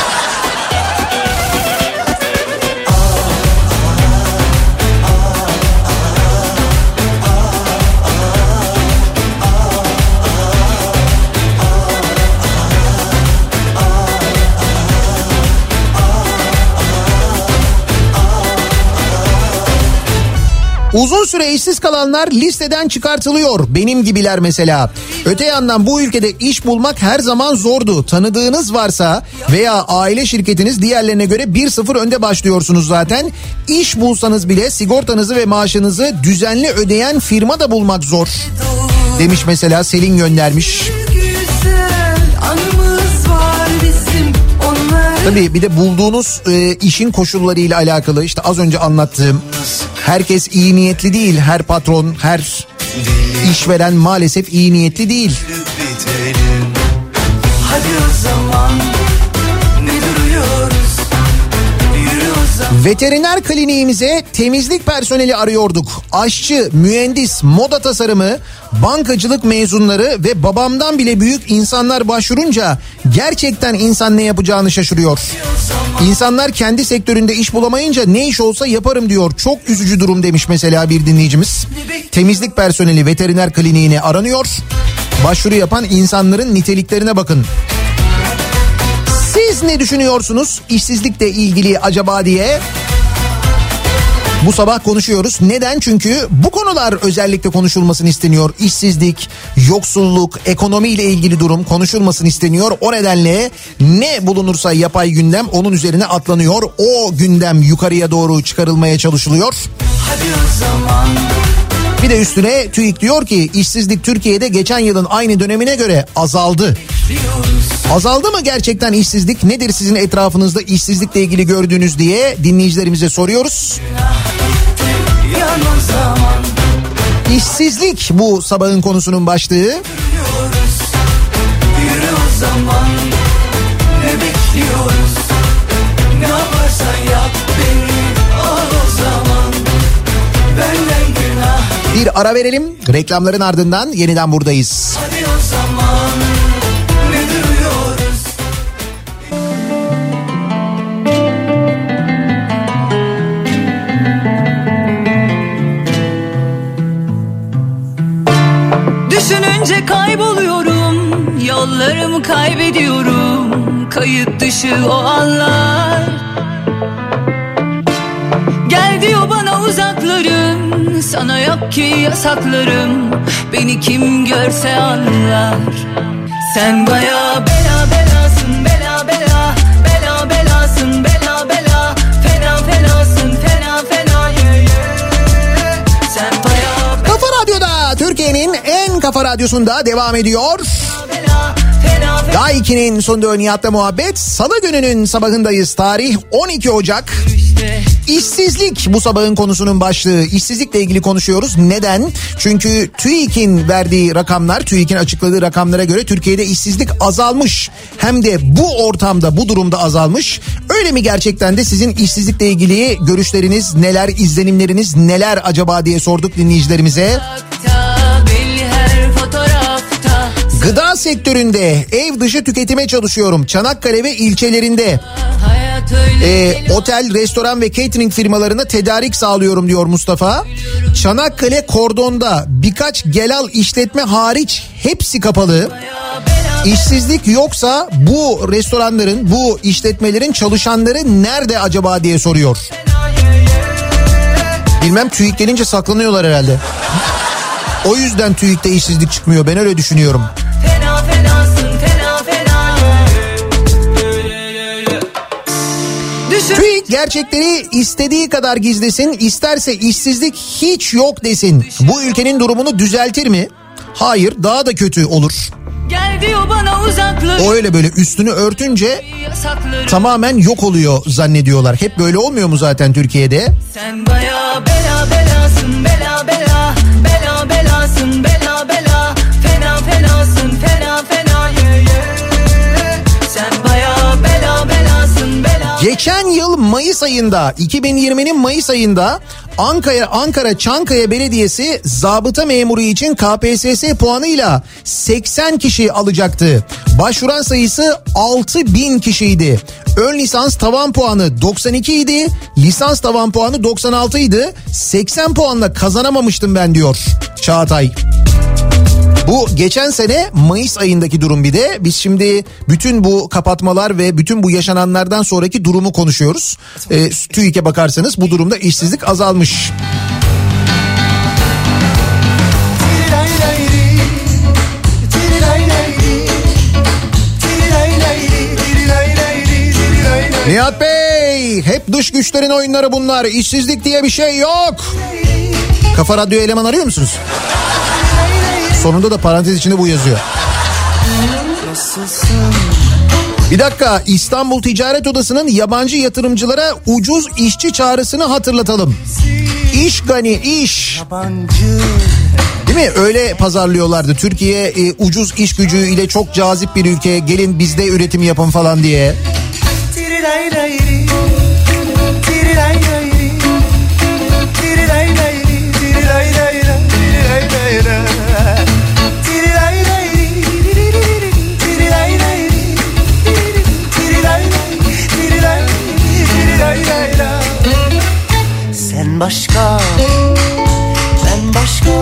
Uzun süre işsiz kalanlar listeden çıkartılıyor. Benim gibiler mesela. Öte yandan bu ülkede iş bulmak her zaman zordu. Tanıdığınız varsa veya aile şirketiniz diğerlerine göre bir sıfır önde başlıyorsunuz zaten. İş bulsanız bile sigortanızı ve maaşınızı düzenli ödeyen firma da bulmak zor. Demiş mesela, Selin göndermiş. Güzel anımız var bizim, onlar. Tabii bir de bulduğunuz e, işin koşullarıyla alakalı, işte az önce anlattığım, herkes iyi niyetli değil. Her patron, her işveren maalesef iyi niyetli değil. Hadi o zaman ne duruyoruz? Yürü o zaman. Veteriner kliniğimize temizlik personeli arıyorduk. Aşçı, mühendis, moda tasarımı, bankacılık mezunları ve babamdan bile büyük insanlar başvurunca gerçekten insan ne yapacağını şaşırıyor. İnsanlar kendi sektöründe iş bulamayınca ne iş olsa yaparım diyor. Çok üzücü durum demiş mesela bir dinleyicimiz. Temizlik personeli veteriner kliniğine aranıyor. Başvuru yapan insanların niteliklerine bakın. Siz ne düşünüyorsunuz işsizlikle ilgili acaba diye bu sabah konuşuyoruz. Neden? Çünkü bu konular özellikle konuşulmasını isteniyor. İşsizlik, yoksulluk, ekonomiyle ilgili durum konuşulmasını isteniyor. O nedenle ne bulunursa yapay gündem onun üzerine atlanıyor. O gündem yukarıya doğru çıkarılmaya çalışılıyor. Hadi o zaman. Bir de üstüne TÜİK diyor ki işsizlik Türkiye'de geçen yılın aynı dönemine göre azaldı. Azaldı mı gerçekten işsizlik? Nedir sizin etrafınızda işsizlikle ilgili gördüğünüz diye dinleyicilerimize soruyoruz. İşsizlik bu sabahın konusunun başlığı. Yürü o zaman. Ne bekliyoruz? Ne yaparsan yap beni al o zaman. Benden günah. Bir ara verelim. Reklamların ardından yeniden buradayız. Hadi o zaman ne duruyoruz? Düşününce kayboluyorum, yollarımı kaybediyorum, kayıt dışı o anlar. Gel diyor bana uzaklarım, sana yok ki yasaklarım, beni kim görse anlar. Sen baya bela belasın, bela bela, bela belasın, bela bela, fena fenasın, fena fena yeah, yeah. Sen baya Kafa Radyo'da, Türkiye'nin en kafa radyosunda devam ediyor. bela, fena fena. Daha ikinin sonunda Nihat'la muhabbet. Salı gününün sabahındayız. Tarih on iki Ocak. İşsizlik bu sabahın konusunun başlığı. İşsizlikle ilgili konuşuyoruz. Neden? Çünkü TÜİK'in verdiği rakamlar, TÜİK'in açıkladığı rakamlara göre Türkiye'de işsizlik azalmış. Hem de bu ortamda, bu durumda azalmış. Öyle mi gerçekten de? Sizin işsizlikle ilgili görüşleriniz neler, izlenimleriniz neler acaba diye sorduk dinleyicilerimize. Gıda sektöründe ev dışı tüketime çalışıyorum. Çanakkale ve ilçelerinde. E, otel, restoran ve catering firmalarına tedarik sağlıyorum diyor Mustafa. Çanakkale Kordon'da birkaç gelal işletme hariç hepsi kapalı. İşsizlik yoksa bu restoranların, bu işletmelerin çalışanları nerede acaba diye soruyor. Bilmem, TÜİK gelince saklanıyorlar herhalde. O yüzden TÜİK'te işsizlik çıkmıyor, ben öyle düşünüyorum. Fena fenasın fena fena. TÜİK gerçekleri istediği kadar gizlesin, isterse işsizlik hiç yok desin. Bu ülkenin durumunu düzeltir mi? Hayır, daha da kötü olur. Gel diyor bana uzakları. O öyle böyle üstünü örtünce tamamen yok oluyor zannediyorlar. Hep böyle olmuyor mu zaten Türkiye'de? Sen baya bela belasın bela bela. Bela belasın bela bela. Fena fenasın fena fena. Yeah, yeah. Sen baya bela belasın bela. Geçen yıl Mayıs ayında, iki bin yirminin Mayıs ayında Ankara Ankara Çankaya Belediyesi zabıta memuru için K P S S puanıyla seksen kişi alacaktı. Başvuran sayısı altı bin kişiydi. Ön lisans tavan puanı doksan iki idi. Lisans tavan puanı doksan altı idi. seksen puanla kazanamamıştım ben diyor Çağatay. Bu geçen sene Mayıs ayındaki durum bir de. Biz şimdi bütün bu kapatmalar ve bütün bu yaşananlardan sonraki durumu konuşuyoruz. E, TÜİK'e bakarsanız bu durumda işsizlik azalmış. Nihat Bey, hep dış güçlerin oyunları bunlar. İşsizlik diye bir şey yok. Kafa Radyo eleman arıyor musunuz? Sonunda da parantez içinde bu yazıyor. Bir dakika, İstanbul Ticaret Odası'nın yabancı yatırımcılara ucuz işçi çağrısını hatırlatalım. İş gani iş. Değil mi? Öyle pazarlıyorlardı. Türkiye e, ucuz iş gücü ile çok cazip bir ülke. Gelin bizde üretim yapın falan diye. Sen başka, ben başka.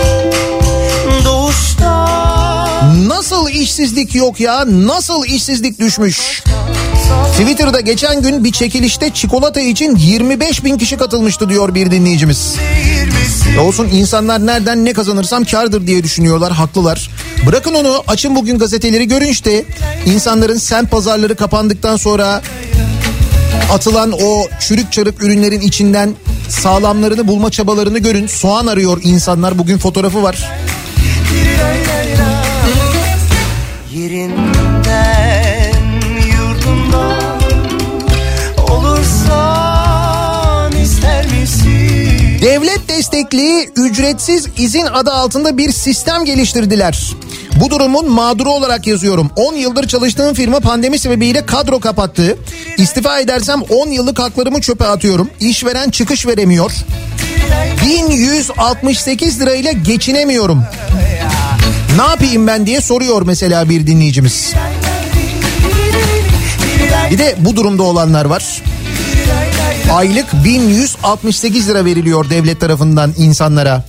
Doğuştan. Nasıl işsizlik yok ya? Nasıl işsizlik düşmüş? Twitter'da geçen gün bir çekilişte çikolata için yirmi beş bin kişi katılmıştı diyor bir dinleyicimiz. E olsun, insanlar nereden ne kazanırsam kârdır diye düşünüyorlar, haklılar. Bırakın onu, açın bugün gazeteleri görün işte. İnsanların semt pazarları kapandıktan sonra atılan o çürük çarık ürünlerin içinden sağlamlarını bulma çabalarını görün. Soğan arıyor insanlar, bugün fotoğrafı var. Yerinden yurdundan olursan ister misin? Devlet destekli ücretsiz izin adı altında bir sistem geliştirdiler. Bu durumun mağduru olarak yazıyorum. on yıldır çalıştığım firma pandemi sebebiyle kadro kapattı. İstifa edersem on yıllık haklarımı çöpe atıyorum. İşveren çıkış veremiyor. bin yüz altmış sekiz lirayla geçinemiyorum. Ne yapayım ben diye soruyor mesela bir dinleyicimiz. Bir de bu durumda olanlar var. Aylık bin yüz altmış sekiz lira veriliyor devlet tarafından insanlara.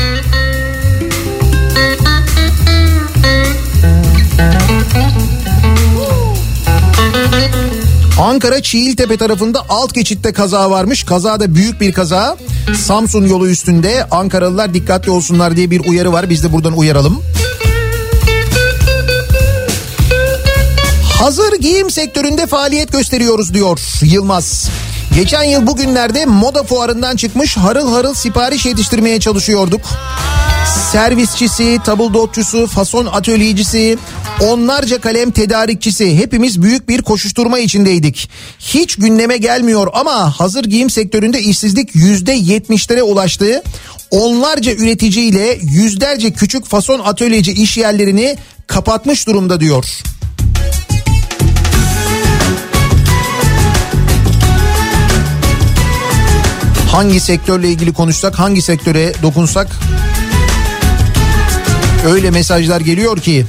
Ankara Çiğiltepe tarafında alt geçitte kaza varmış. Kazada büyük bir kaza. Samsun yolu üstünde. Ankaralılar dikkatli olsunlar diye bir uyarı var. Biz de buradan uyaralım. Hazır giyim sektöründe faaliyet gösteriyoruz diyor Yılmaz. Geçen yıl bugünlerde moda fuarından çıkmış harıl harıl sipariş yetiştirmeye çalışıyorduk. Servisçisi, tabldotçusu, fason atölyecisi, onlarca kalem tedarikçisi, hepimiz büyük bir koşuşturma içindeydik. Hiç gündeme gelmiyor ama hazır giyim sektöründe işsizlik yüzde yetmişlere ulaştı. Onlarca üreticiyle yüzlerce küçük fason atölyeci iş yerlerini kapatmış durumda diyor. Hangi sektörle ilgili konuşsak, hangi sektöre dokunsak öyle mesajlar geliyor ki.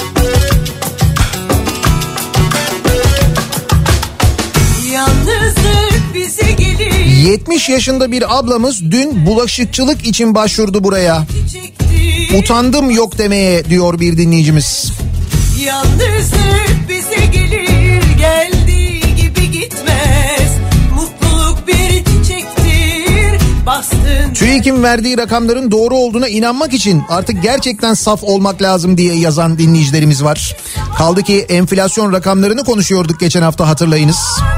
Yalnızlık yetmiş yaşında bir ablamız dün bulaşıkçılık için başvurdu buraya. Utandım yok demeye diyor bir dinleyicimiz. Yalnızlık bize gelir, geldiği gibi gitmez. Mutluluk bir çiçektir, bastın. TÜİK'in verdiği rakamların doğru olduğuna inanmak için artık gerçekten saf olmak lazım diye yazan dinleyicilerimiz var. Kaldı ki enflasyon rakamlarını konuşuyorduk geçen hafta, hatırlayınız.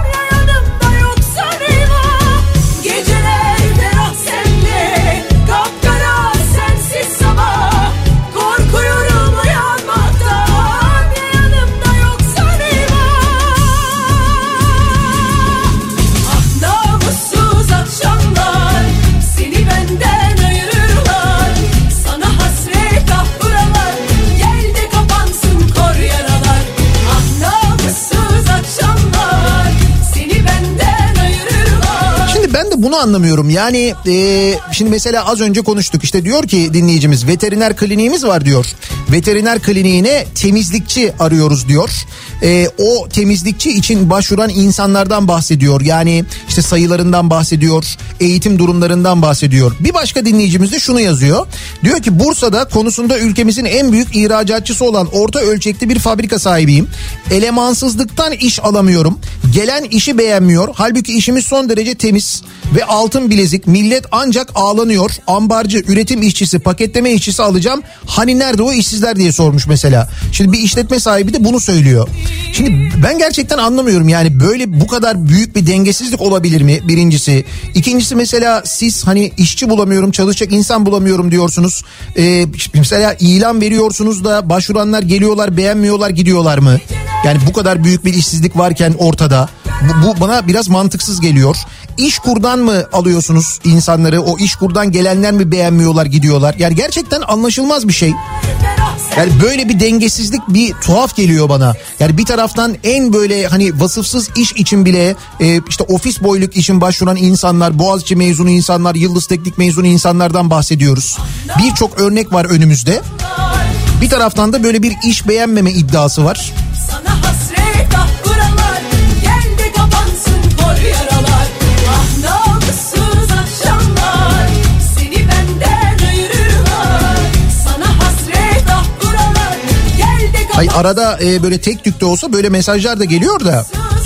Bunu anlamıyorum yani e, şimdi mesela az önce konuştuk, işte diyor ki dinleyicimiz, veteriner kliniğimiz var diyor. Veteriner kliniğine temizlikçi arıyoruz diyor. E, o temizlikçi için başvuran insanlardan bahsediyor. Yani işte sayılarından bahsediyor, eğitim durumlarından bahsediyor. Bir başka dinleyicimiz de şunu yazıyor. Diyor ki Bursa'da konusunda ülkemizin en büyük ihracatçısı olan orta ölçekli bir fabrika sahibiyim. Elemansızlıktan iş alamıyorum. Gelen işi beğenmiyor. Halbuki işimiz son derece temiz ve altın bilezik. Millet ancak ağlanıyor. Ambarcı, üretim işçisi, paketleme işçisi alacağım. Hani nerede o işsizler diye sormuş mesela. Şimdi bir işletme sahibi de bunu söylüyor. Şimdi ben gerçekten anlamıyorum yani, böyle bu kadar büyük bir dengesizlik olabilir mi? Birincisi. İkincisi, mesela siz hani işçi bulamıyorum, çalışacak insan bulamıyorum diyorsunuz. Ee, mesela ilan veriyorsunuz da başvuranlar geliyorlar, beğenmiyorlar, gidiyorlar mı? Yani bu kadar büyük bir işsizlik varken ortada. Bu, bu bana biraz mantıksız geliyor. İşkur'dan mı alıyorsunuz insanları? O İşkur'dan gelenler mi beğenmiyorlar, gidiyorlar? Yani gerçekten anlaşılmaz bir şey. Yani böyle bir dengesizlik bir tuhaf geliyor bana. Yani bir taraftan en böyle hani vasıfsız iş için bile e, işte ofis boyluk için başvuran insanlar, Boğaziçi mezunu insanlar, Yıldız Teknik mezunu insanlardan bahsediyoruz. Birçok örnek var önümüzde. Bir taraftan da böyle bir iş beğenmeme iddiası var. Sana hasret ah buralar, gel de kapansın kor yaralar. Ah namussuz akşamlar, seni benden ayırırlar. Sana hasret ah buralar, gel de kapansın. Ay arada e, böyle tek tük de olsa böyle mesajlar da geliyor da.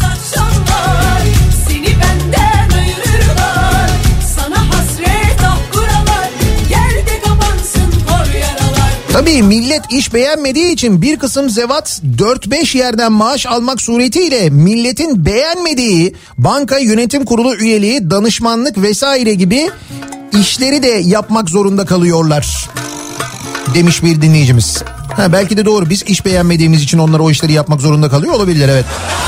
Tabii millet iş beğenmediği için bir kısım zevat dört beş yerden maaş almak suretiyle milletin beğenmediği banka yönetim kurulu üyeliği, danışmanlık vesaire gibi işleri de yapmak zorunda kalıyorlar demiş bir dinleyicimiz. Ha, belki de doğru, biz iş beğenmediğimiz için onlar o işleri yapmak zorunda kalıyor olabilir, evet.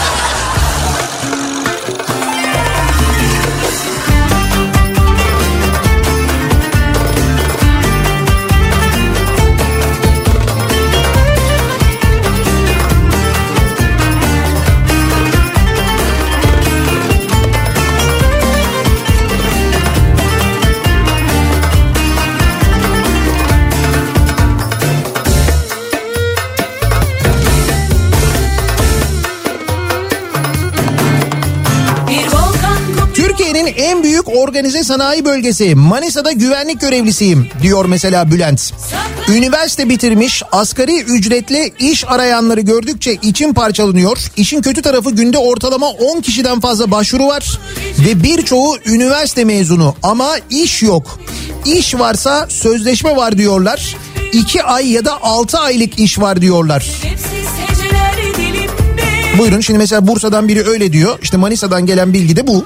En büyük organize sanayi bölgesi Manisa'da güvenlik görevlisiyim diyor mesela Bülent. Üniversite bitirmiş, asgari ücretle iş arayanları gördükçe içim parçalanıyor. İşin kötü tarafı günde ortalama on kişiden fazla başvuru var ve birçoğu üniversite mezunu ama iş yok. İş varsa sözleşme var diyorlar. iki ay ya da altı aylık iş var diyorlar. Buyurun, şimdi mesela Bursa'dan biri öyle diyor. İşte Manisa'dan gelen bilgi de bu.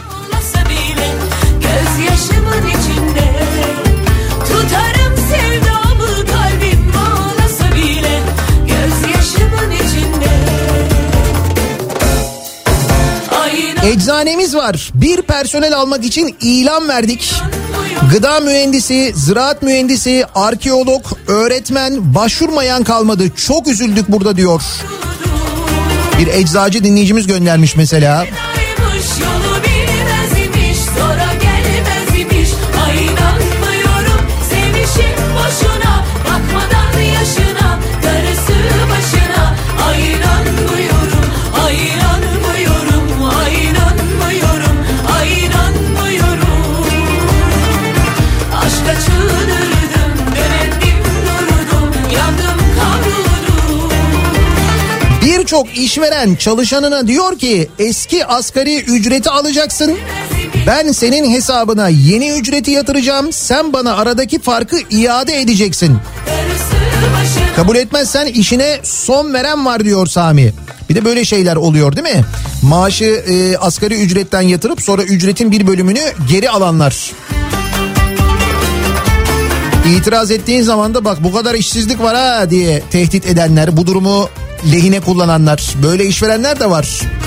Eczanemiz var. Bir personel almak için ilan verdik. Gıda mühendisi, ziraat mühendisi, arkeolog, öğretmen başvurmayan kalmadı. Çok üzüldük burada diyor. Bir eczacı dinleyicimiz göndermiş mesela. birçok işveren çalışanına diyor ki eski asgari ücreti alacaksın. Ben senin hesabına yeni ücreti yatıracağım. Sen bana aradaki farkı iade edeceksin. Kabul etmezsen işine son veren var diyor Sami. Bir de böyle şeyler oluyor değil mi? Maaşı e, asgari ücretten yatırıp sonra ücretin bir bölümünü geri alanlar. İtiraz ettiğin zaman da bak bu kadar işsizlik var ha diye tehdit edenler, bu durumu lehine kullananlar, böyle işverenler de var.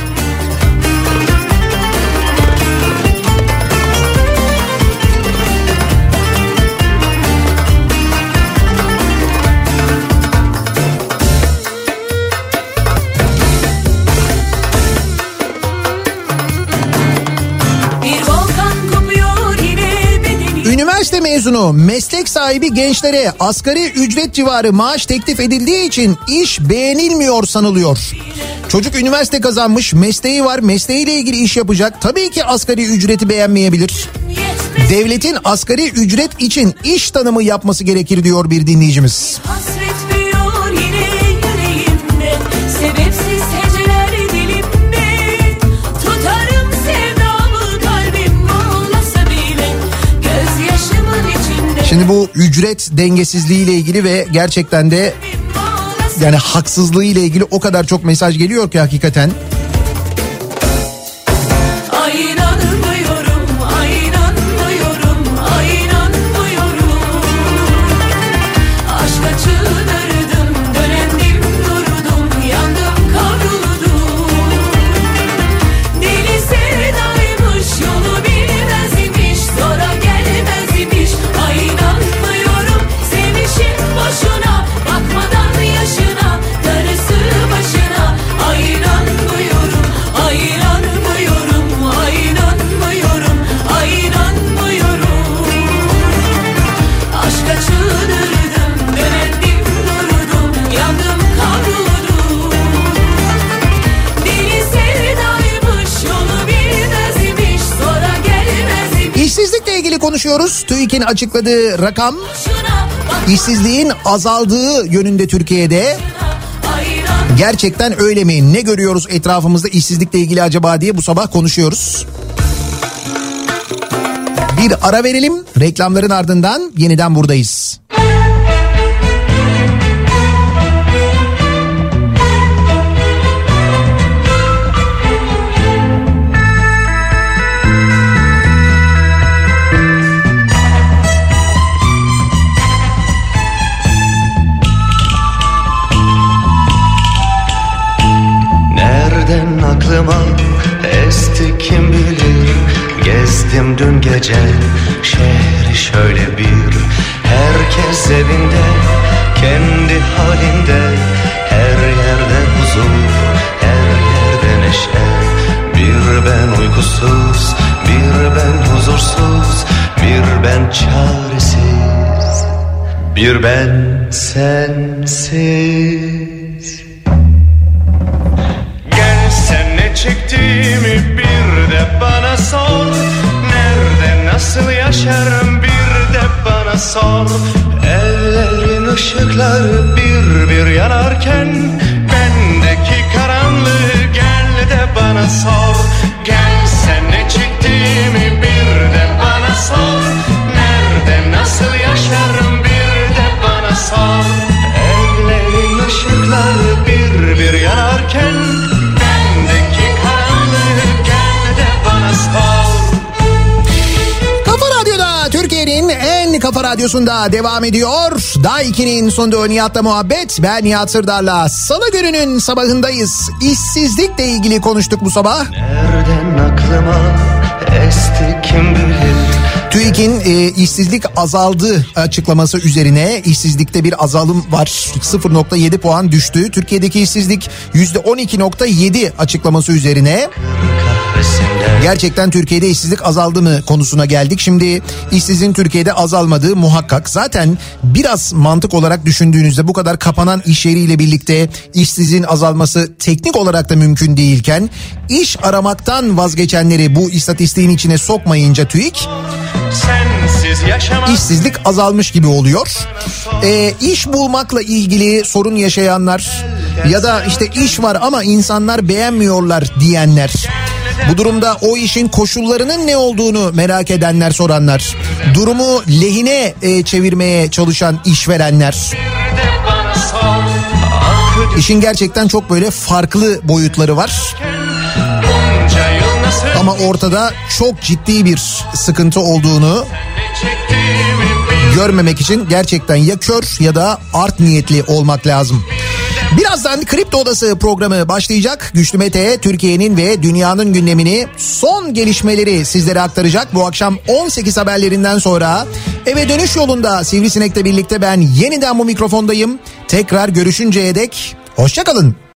Üniversite mezunu meslek sahibi gençlere asgari ücret civarı maaş teklif edildiği için iş beğenilmiyor sanılıyor. Çocuk üniversite kazanmış, mesleği var, mesleğiyle ilgili iş yapacak. Tabii ki asgari ücreti beğenmeyebilir. Devletin asgari ücret için iş tanımı yapması gerekir diyor bir dinleyicimiz. Şimdi bu ücret dengesizliği ile ilgili ve gerçekten de yani haksızlığı ile ilgili o kadar çok mesaj geliyor ki hakikaten. İşsizlikle ilgili konuşuyoruz. TÜİK'in açıkladığı rakam işsizliğin azaldığı yönünde Türkiye'de. Gerçekten öyle mi? Ne görüyoruz etrafımızda işsizlikle ilgili acaba diye bu sabah konuşuyoruz. Bir ara verelim. Reklamların ardından yeniden buradayız. Nereden aklıma esti kim bilir. Gezdim dün gece şehri şöyle bir. Herkes evinde kendi halinde. Her yerde huzur, her yerde neşe. Bir ben uykusuz, bir ben huzursuz, bir ben çaresiz, bir ben sensiz. Sen ne çektiğimi bir de bana sor. Nerede nasıl yaşarım bir de bana sor. Evlerin ışıkları bir bir yanarken bendeki karanlığı gel de bana sor. Gel sen ne çektiğimi bir de bana sor. Nerede nasıl yaşarım bir de bana sor. Evlerin ışıkları bir bir yanarken Kafa Radyo'da, Türkiye'nin en kafa radyosunda devam ediyor. Daha ikinin sonunda Nihat'la muhabbet. Ben Nihat Sırdar'la Salı gününün sabahındayız. İşsizlikle ilgili konuştuk bu sabah. Nereden aklıma esti kim bilir. TÜİK'in e, işsizlik azaldı açıklaması üzerine işsizlikte bir azalım var. sıfır nokta yedi puan düştü. Türkiye'deki işsizlik yüzde on iki nokta yedi açıklaması üzerine. Gerçekten Türkiye'de işsizlik azaldı mı konusuna geldik. Şimdi işsizliğin Türkiye'de azalmadığı muhakkak. Zaten biraz mantık olarak düşündüğünüzde bu kadar kapanan iş yeriyle birlikte işsizliğin azalması teknik olarak da mümkün değilken iş aramaktan vazgeçenleri bu istatistiğin içine sokmayınca TÜİK işsizlik azalmış gibi oluyor. E, iş bulmakla ilgili sorun yaşayanlar, Ya da işte iş var ama insanlar beğenmiyorlar diyenler. Bu durumda o işin koşullarının ne olduğunu merak edenler, soranlar. Durumu lehine e, çevirmeye çalışan işverenler. İşin gerçekten çok böyle farklı boyutları var. Ama ortada çok ciddi bir sıkıntı olduğunu görmemek için gerçekten ya kör ya da art niyetli olmak lazım. Birazdan Kripto Odası programı başlayacak. Güçlü Mete Türkiye'nin ve dünyanın gündemini, son gelişmeleri sizlere aktaracak. Bu akşam on sekiz haberlerinden sonra eve dönüş yolunda Sivrisinek'le birlikte ben yeniden bu mikrofondayım. Tekrar görüşünceye dek hoşça kalın.